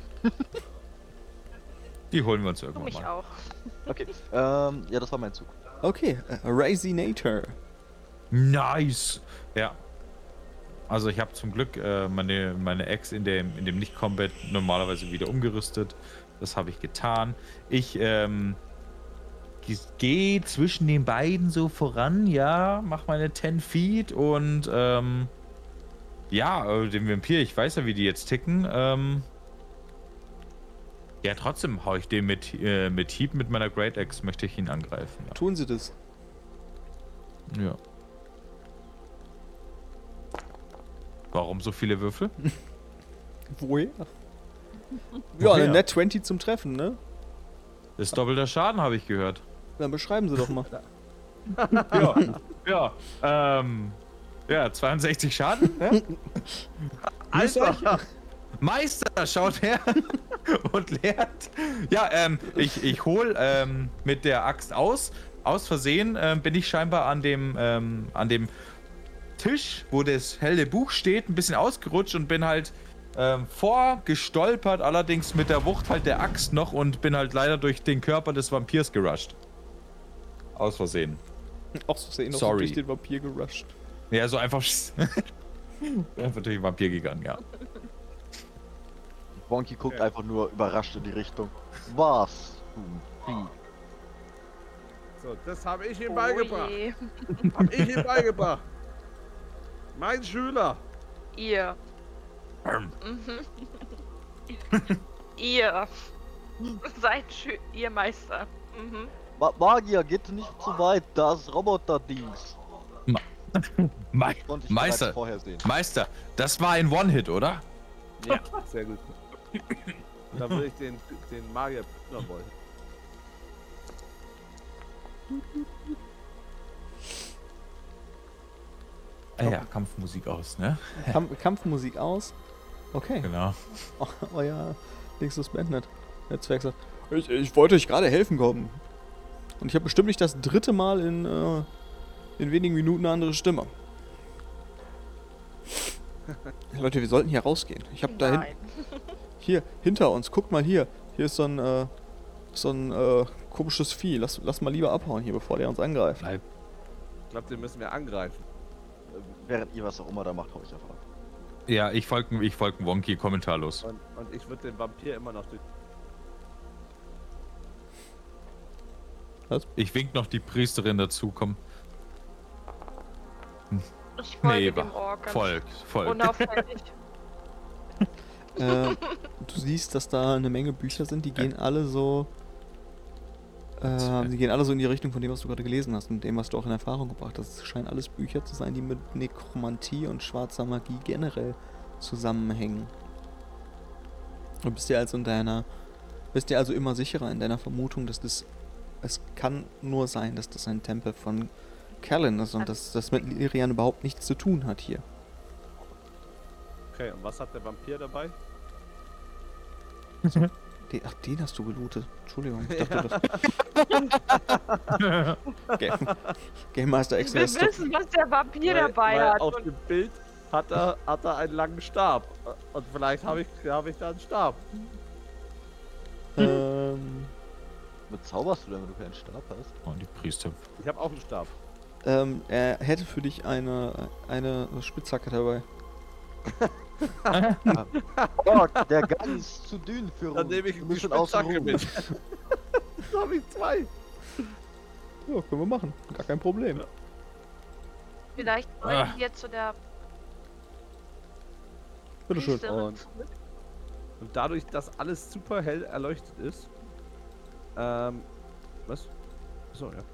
Die holen wir uns Du irgendwann mich mal. auch. Okay, ähm, ja, das war mein Zug. Okay, äh, Razinator. Nice. Ja. Also ich habe zum Glück äh, meine, meine Ex in dem, in dem Nicht-Combat normalerweise wieder umgerüstet. Das habe ich getan. Ich ähm, gehe zwischen den beiden so voran, ja, mach meine zehn Feet und ähm, ja, äh, den Vampir, ich weiß ja, wie die jetzt ticken. Ähm, ja, trotzdem hau ich den mit, äh, mit Hieb mit meiner Great Axe, möchte ich ihn angreifen. Tun sie das? Ja. ja. Warum so viele Würfel? Woher? Ja, Woher? eine Net zwanzig zum Treffen, ne? Das ist doppelter Schaden, habe ich gehört. Dann beschreiben sie doch mal. Ja, ja, ähm, ja, zweiundsechzig Schaden, ne? Alter! Meister, schaut her und lehrt. Ja, ähm, ich, ich hol ähm, mit der Axt aus. Aus Versehen ähm, bin ich scheinbar an dem, ähm, an dem Tisch, wo das helle Buch steht, ein bisschen ausgerutscht und bin halt ähm, vorgestolpert, allerdings mit der Wucht halt der Axt noch und bin halt leider durch den Körper des Vampirs gerusht. Aus Versehen. Auch so sehen, noch Sorry. durch den Vampir gerusht. Ja, so einfach. einfach durch den Vampir gegangen, ja. Wonky guckt einfach nur überrascht in die Richtung. Was? tun Sie? So, das habe ich ihm Oh beigebracht. je. Hab ich ihm beigebracht. Mein Schüler. Ihr. Mhm. Ihr. Seid schön, ihr Meister. Mhm. Ma Magier, geht nicht zu weit, das Roboterdienst. Me Konnte ich Meister, bereits vorhersehen. Meister, das war ein One-Hit, oder? Ja, sehr gut. Da würde ich den, den Magier noch wollen. Ah ja, Kampfmusik aus, ne? Kamp Kampfmusik aus. Okay. Genau. Oh, euer nächstes Bandnet. Der Zwerg sagt, ich, ich wollte euch gerade helfen kommen. Und ich habe bestimmt nicht das dritte Mal in, äh, in wenigen Minuten eine andere Stimme. Leute, wir sollten hier rausgehen. Ich habe da hin, Nein. hier, hinter uns, guckt mal hier. Hier ist so ein, äh, so ein äh, komisches Vieh. Lass, lass mal lieber abhauen hier, bevor der uns angreift. Bleib. Ich glaube, den müssen wir angreifen. Während ihr was auch immer da macht, hau ich einfach ab. Ja, ich folge ich folg Wonky kommentarlos. Und, und ich würde den Vampir immer noch durch. Ich wink noch die Priesterin dazu, komm. Ich folge Nee, dem Ork. ganz Folg, folg. Unauffällig. äh, du siehst, dass da eine Menge Bücher sind, die gehen alle so. Äh, die gehen alle so in die Richtung von dem, was du gerade gelesen hast und dem, was du auch in Erfahrung gebracht hast. Es scheinen alles Bücher zu sein, die mit Nekromantie und schwarzer Magie generell zusammenhängen. Du bist dir also in deiner. Bist dir also immer sicherer in deiner Vermutung, dass das. Es kann nur sein, dass das ein Tempel von Callan ist und dass das mit Lyrian überhaupt nichts zu tun hat hier. Okay, und was hat der Vampir dabei? Den, ach, den hast du gelootet. Entschuldigung, ich dachte das. Game, Game Master Ich will Extra. wissen, was der Vampir Weil- dabei weil hat. auf Und dem Bild hat er, hat er einen langen Stab. Und vielleicht habe ich, hab ich da einen Stab. Ähm, Was zauberst du denn, wenn du keinen Stab hast? Und die Priester. Ich habe auch einen Stab. ähm, er hätte für dich eine, eine Spitzhacke dabei. Oh, der Gang ist zu dünn für Dann nehme ich wir die müssen außen Spitzhacke rum. mit. Da habe ich zwei. Ja, können wir machen. Gar kein Problem. vielleicht Ah. wollen wir zu der Bitteschön. Priesterin Und- zurück. Und dadurch, dass alles super hell erleuchtet ist. Ähm. Was? So, ja.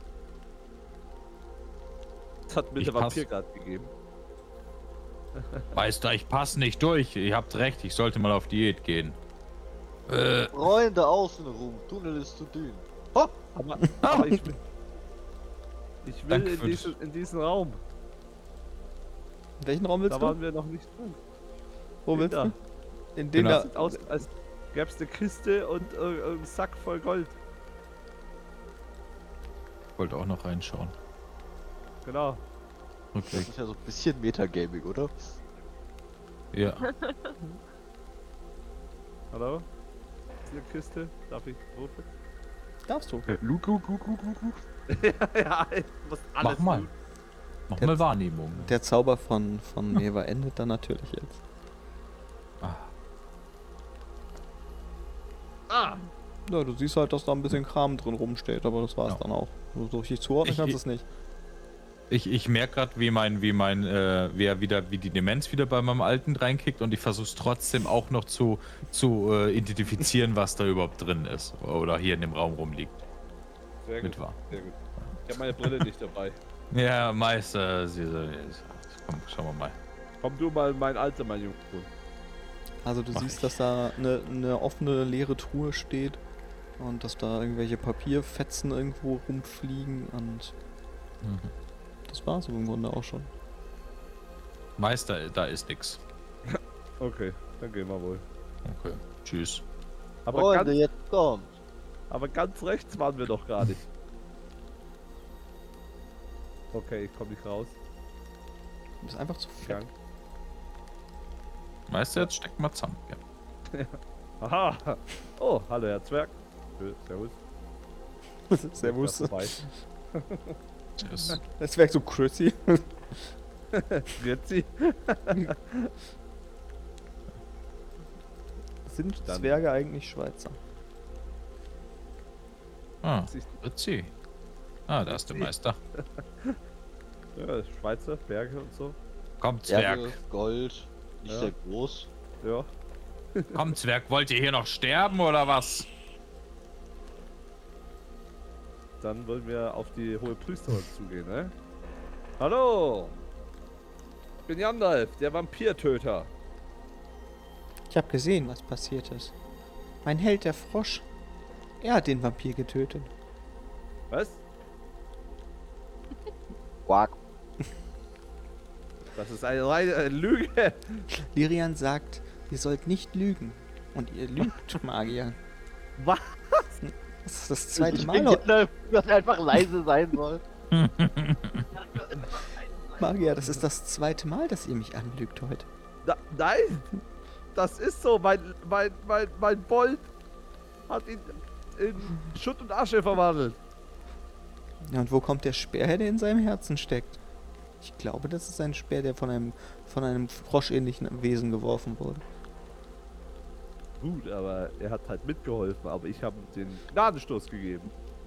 Das hat mir Ich der Vampir pass. gerade gegeben. Meister, ich passe nicht durch. Ihr habt recht, ich sollte mal auf Diät gehen. Äh, Freunde außen rum, Tunnel ist zu dünn. Oh, Aber, aber ich will. Ich will Danke in, für diesen, in diesen Raum. In welchen Raum willst Da du? waren wir noch nicht drin. Wo willst da. du? In den Genau. da. Sieht aus, als gäbe es eine Kiste und äh, einen Sack voll Gold. ich wollte auch noch reinschauen. Genau. das Rückweg. ist ja so ein bisschen Metagaming, oder? Ja. Hallo? Ist eine Kiste? Darf ich rufen? Darfst du? Luke, Luke, Luke, Luke, Luke. Ja, ich muss alles Mach mal. tun. Mach Der- mal Wahrnehmung. Der Zauber von, von Neva endet dann natürlich jetzt. Ah, Ah! Ja, du siehst halt, dass da ein bisschen Kram drin rumsteht, aber das war's Ja. dann auch. So richtig zuordnen Ich- kannst du es nicht. Ich, ich merke gerade, wie mein, wie mein, äh, wer wieder, wie die Demenz wieder bei meinem Alten reinkickt und ich versuche es trotzdem auch noch zu, zu äh, identifizieren, was da überhaupt drin ist. Oder hier in dem Raum rumliegt. Sehr Mit gut. wahr. Sehr gut. Ich habe meine Brille nicht dabei. Ja, Meister, sie, sie, komm, schauen wir mal. Komm du mal in mein Alter, mein Junge. Also du Mach siehst, ich. dass da eine, eine offene leere Truhe steht und dass da irgendwelche Papierfetzen irgendwo rumfliegen und Mhm. das war's im Grunde auch schon. Meister, da ist nix. Okay, dann gehen wir wohl. Okay, tschüss. Aber, Freunde, ganz, jetzt kommt. aber ganz rechts waren wir doch gar nicht. Okay, ich komme nicht raus. Du bist einfach zu fett. Gang. Meister, jetzt steckt mal zusammen. Ja. Aha! Oh, hallo Herr Zwerg. Äh, Servus. Servus. Ja, vorbei. Tschüss. Das wäre so Chrissy. Grüezi. Sind Dann- Zwerge eigentlich Schweizer? Ah, Siehst Ritzi. Ah, da ist der Meister. Ja, Schweizer, Berge und so. Komm, Zwerg. Erde, Gold, nicht Ja. sehr groß. Ja. Komm, Zwerg, wollt ihr hier noch sterben oder was? Dann wollen wir auf die hohe Priesterin zugehen, ne? Hallo! Ich bin Gandalf, der Vampirtöter. Ich habe gesehen, was passiert ist. Mein Held, der Frosch. Er hat den Vampir getötet. Was? Quack. Das ist eine reine Lüge. Lirian sagt, ihr sollt nicht lügen. Und ihr lügt, Magier. Was? Das ist das zweite Ich Mal. bin Kinder, dass er einfach leise sein soll. Magier, das ist das zweite Mal, dass ihr mich anlügt heute. Na, nein! Das ist so. Mein, mein, mein, mein Bolt hat ihn in Schutt und Asche verwandelt. Ja, und wo kommt der Speer her, der in seinem Herzen steckt? Ich glaube, das ist ein Speer, der von einem, von einem froschähnlichen Wesen geworfen wurde. Gut, aber er hat halt mitgeholfen, aber ich habe den Gnadenstoß gegeben.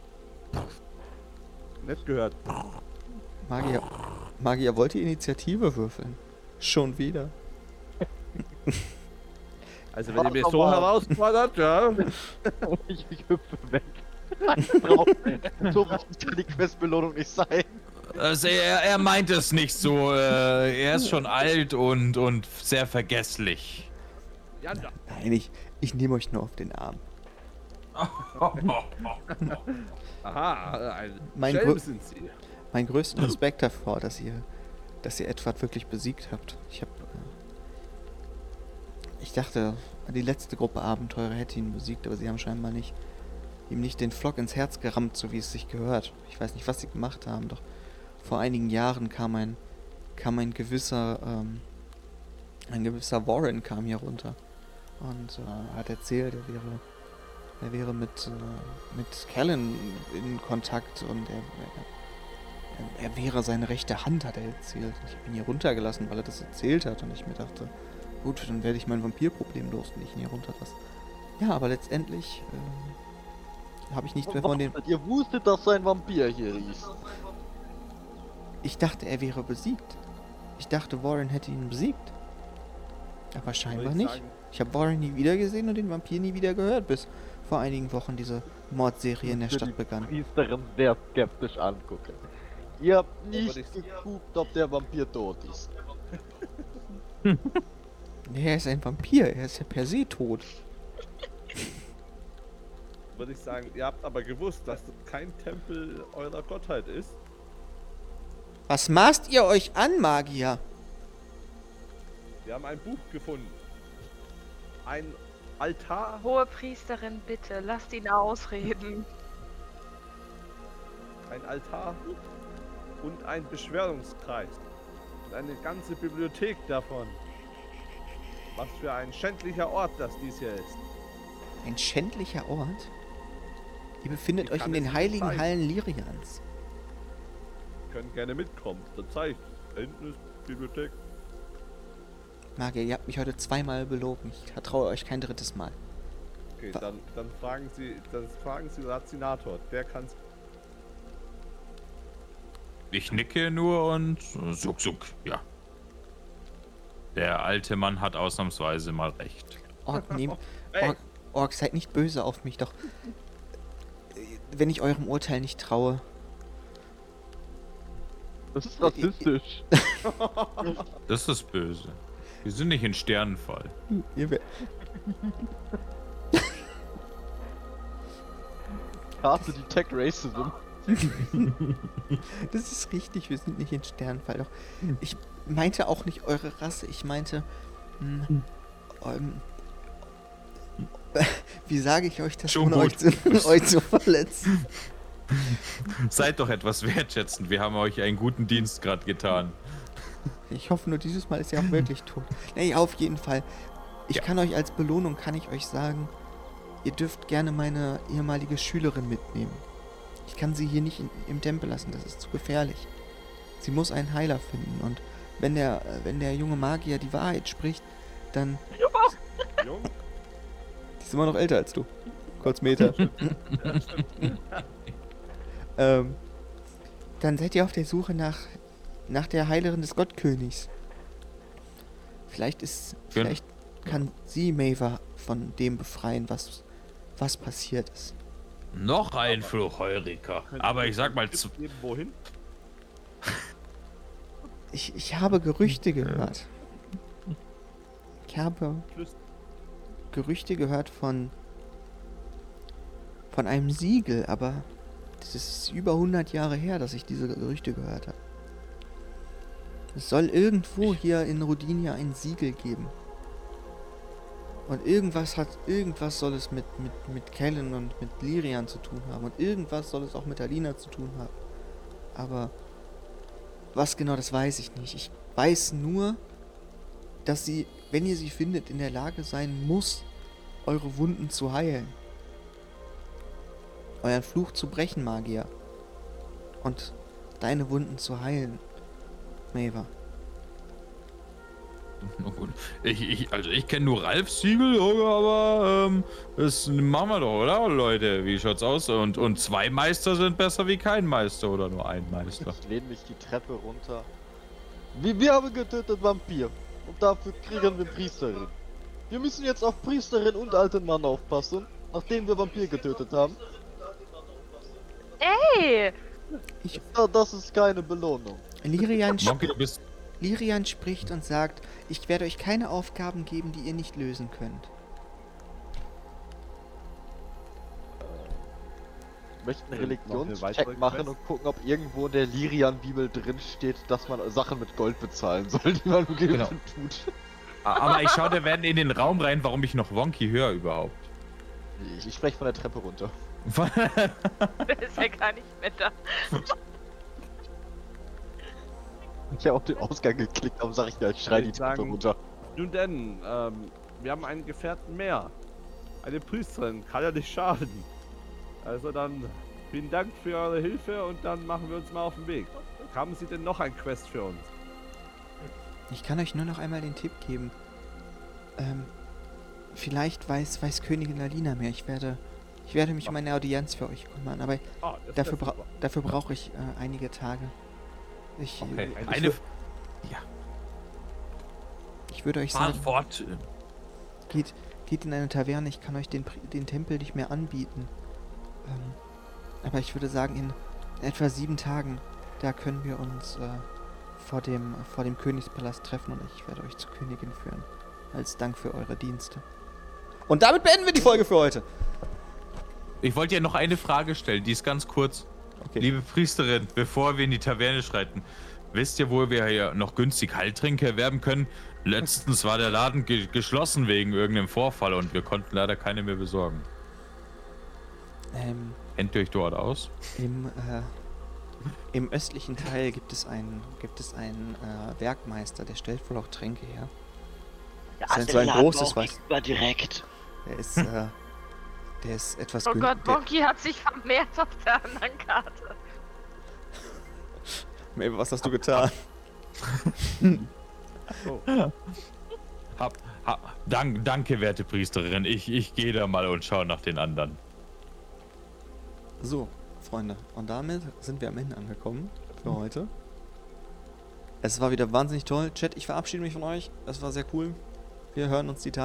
Nett gehört. Magier, Magier, wollt ihr Initiative würfeln? Schon wieder. Also wenn ihr mir Mach so doch mal. herausfordert, ja. ich, ich hüpfe weg. Drauf. So richtig kann die Questbelohnung nicht sein. Also er, er meint es nicht so. Äh, er ist schon alt und, und sehr vergesslich. Ja, ja. Nein, ich, ich nehme euch nur auf den Arm. Aha, ein Mein Schelm Grö- sind sie. Mein größten Respekt davor, dass ihr, dass ihr Edward wirklich besiegt habt. Ich habe, Ich dachte, die letzte Gruppe Abenteurer hätte ihn besiegt, aber sie haben scheinbar nicht ihm nicht den Flock ins Herz gerammt, so wie es sich gehört. Ich weiß nicht, was sie gemacht haben, doch vor einigen Jahren kam ein kam ein gewisser ähm, ein gewisser Warren kam hier runter und äh, hat erzählt, er wäre er wäre mit äh, mit Callan in Kontakt und er, er er wäre seine rechte Hand, hat er erzählt. Ich habe ihn hier runtergelassen, weil er das erzählt hat und ich mir dachte, gut, dann werde ich mein Vampirproblem los, wenn ich ihn hier runterlasse. Ja, aber letztendlich äh, habe ich nichts mehr von den... Ihr wusstet, dass sein Vampir hier ist. Ich dachte, er wäre besiegt. Ich dachte, Warren hätte ihn besiegt. Aber scheinbar Würde ich nicht. sagen, Ich habe Warren nie wieder gesehen und den Vampir nie wieder gehört, bis vor einigen Wochen diese Mordserie in der Für Stadt die begann. Priesterin sehr skeptisch angucken. Ihr habt würde nicht ich- geguckt, ob der Vampir tot ist. Nee, er ist ein Vampir, er ist ja per se tot. würde ich sagen, ihr habt aber gewusst, dass das kein Tempel eurer Gottheit ist. Was maßt ihr euch an, Magier? Wir haben ein Buch gefunden. Ein Altar. Hohe Priesterin, bitte, lasst ihn ausreden. Ein Altar und ein Beschwörungskreis. Und eine ganze Bibliothek davon. Was für ein schändlicher Ort das dies hier ist. Ein schändlicher Ort? Ihr befindet Ich euch kann in es den nicht heiligen zeigen. Hallen Lyrians. Ihr könnt gerne mitkommen. Da zeigt. Da hinten ist die Bibliothek. Magier, ihr habt mich heute zweimal belogen. Ich vertraue euch kein drittes Mal. Okay, Wa- dann, dann fragen Sie, dann fragen Sie Razinator. Der kann's. Ich nicke nur und suck, suck, ja. Der alte Mann hat ausnahmsweise mal recht. Ork, nehmt... Ey. Ork, Ork, seid nicht böse auf mich, doch... äh, Wenn ich eurem Urteil nicht traue... Das ist rassistisch. Das ist böse. Wir sind nicht in Sternenfall. Ihr wer- Harte Detect Racism. Das ist richtig, wir sind nicht in Sternenfall. Doch ich meinte auch nicht eure Rasse, ich meinte... Mh, ähm, wie sage ich euch das, Schon ohne euch zu, euch zu verletzen? Seid doch etwas wertschätzend. Wir haben euch einen guten Dienst gerade getan. Ich hoffe nur, dieses Mal ist er auch wirklich tot. Nee, auf jeden Fall. Ich Ja. kann euch als Belohnung, kann ich euch sagen, ihr dürft gerne meine ehemalige Schülerin mitnehmen. Ich kann sie hier nicht in, im Tempel lassen, das ist zu gefährlich. Sie muss einen Heiler finden und wenn der, äh, wenn der junge Magier die Wahrheit spricht, dann... Jung. Die ist immer noch älter als du. Kurz Meter. ähm, dann seid ihr auf der Suche nach, nach der Heilerin des Gottkönigs. Vielleicht ist, vielleicht kann sie Maeva von dem befreien, was, was passiert ist. Noch ein Fluch, Heurika. Aber ich sag mal, zu, Tipps geben, wohin? Ich, ich habe Gerüchte gehört. Ich habe Flüster. Gerüchte gehört von von einem Siegel, aber das ist über hundert Jahre her, dass ich diese Gerüchte gehört habe. Es soll irgendwo hier in Rodinia ein Siegel geben. Und irgendwas hat, irgendwas soll es mit, mit, mit Kellen und mit Lyrian zu tun haben. Und irgendwas soll es auch mit Alina zu tun haben. Aber was genau, das weiß ich nicht. Ich weiß nur, dass sie, wenn ihr sie findet, in der Lage sein muss, eure Wunden zu heilen. Euren Fluch zu brechen, Magier. Und deine Wunden zu heilen, Maeva. Na gut. Ich, ich, also ich kenne nur Ralfs Siegel, aber ähm, das machen wir doch, oder, Leute? Wie schaut's aus? Und, und zwei Meister sind besser wie kein Meister oder nur ein Meister. Ich lehne mich die Treppe runter. Wir, wir haben getötet Vampir. Und dafür kriegen wir Priesterin. Wir müssen jetzt auf Priesterin und alten Mann aufpassen, nachdem wir Vampir getötet haben. Ey! Ja, das ist keine Belohnung. Lyrian, sp Monkey, du bist. Lyrian spricht und sagt, ich werde euch keine Aufgaben geben, die ihr nicht lösen könnt. Ich möchte einen Noch eine weitere Religionscheck machen Quest? und gucken, ob irgendwo in der Lyrian-Bibel drin steht, dass man Sachen mit Gold bezahlen soll, die man mit Genau. tut. Aber ich schaue, da werden in den Raum rein, warum ich noch Wonky höre überhaupt. Ich, ich spreche von der Treppe runter. Der ist ja gar nicht mehr da. Ich habe auf den Ausgang geklickt, aber sag ich ja, ich schrei die Ich Treppe sagen- runter. Nun denn, ähm, wir haben einen Gefährten mehr. Eine Priesterin, kann ja nicht schaden. Also dann, vielen Dank für eure Hilfe und dann machen wir uns mal auf den Weg. Haben Sie denn noch ein Quest für uns? Ich kann euch nur noch einmal den Tipp geben. Ähm, vielleicht weiß, weiß Königin Alina mehr. Ich werde, ich werde mich um eine Audienz für euch kümmern, aber Ah, das dafür, wär bra super. dafür brauche ich äh, einige Tage. Ich, Okay, äh, ich, eine. wür- ich würde euch Fahr sagen, fort. geht, geht in eine Taverne. Ich kann euch den, Pri- den Tempel nicht mehr anbieten. Ähm, aber ich würde sagen, in etwa sieben Tagen, da können wir uns äh, vor dem, vor dem Königspalast treffen und ich werde euch zur Königin führen. Als Dank für eure Dienste. Und damit beenden wir die Folge für heute. Ich wollte ja noch eine Frage stellen, die ist ganz kurz. Okay. Liebe Priesterin, bevor wir in die Taverne schreiten, wisst ihr, wo wir hier noch günstig Heiltränke erwerben können? Letztens war der Laden ge geschlossen wegen irgendeinem Vorfall und wir konnten leider keine mehr besorgen. Ähm, Kennt ihr euch dort aus? im, äh, Im östlichen Teil gibt es einen, gibt es einen äh, Werkmeister, der stellt wohl auch Tränke her. Ja, Das ist der so ein Laden großes, war auch weißt immer direkt. Der ist, äh, der ist etwas Oh gün- Gott, der- Monkey hat sich vermehrt auf der anderen Karte. Mabel, was hast du getan? So. Hab, hab, dank, danke, werte Priesterin. Ich, ich gehe da mal und schaue nach den anderen. So, Freunde, und damit sind wir am Ende angekommen für heute. Es war wieder wahnsinnig toll. Chat, ich verabschiede mich von euch. Es war sehr cool. Wir hören uns die Tage.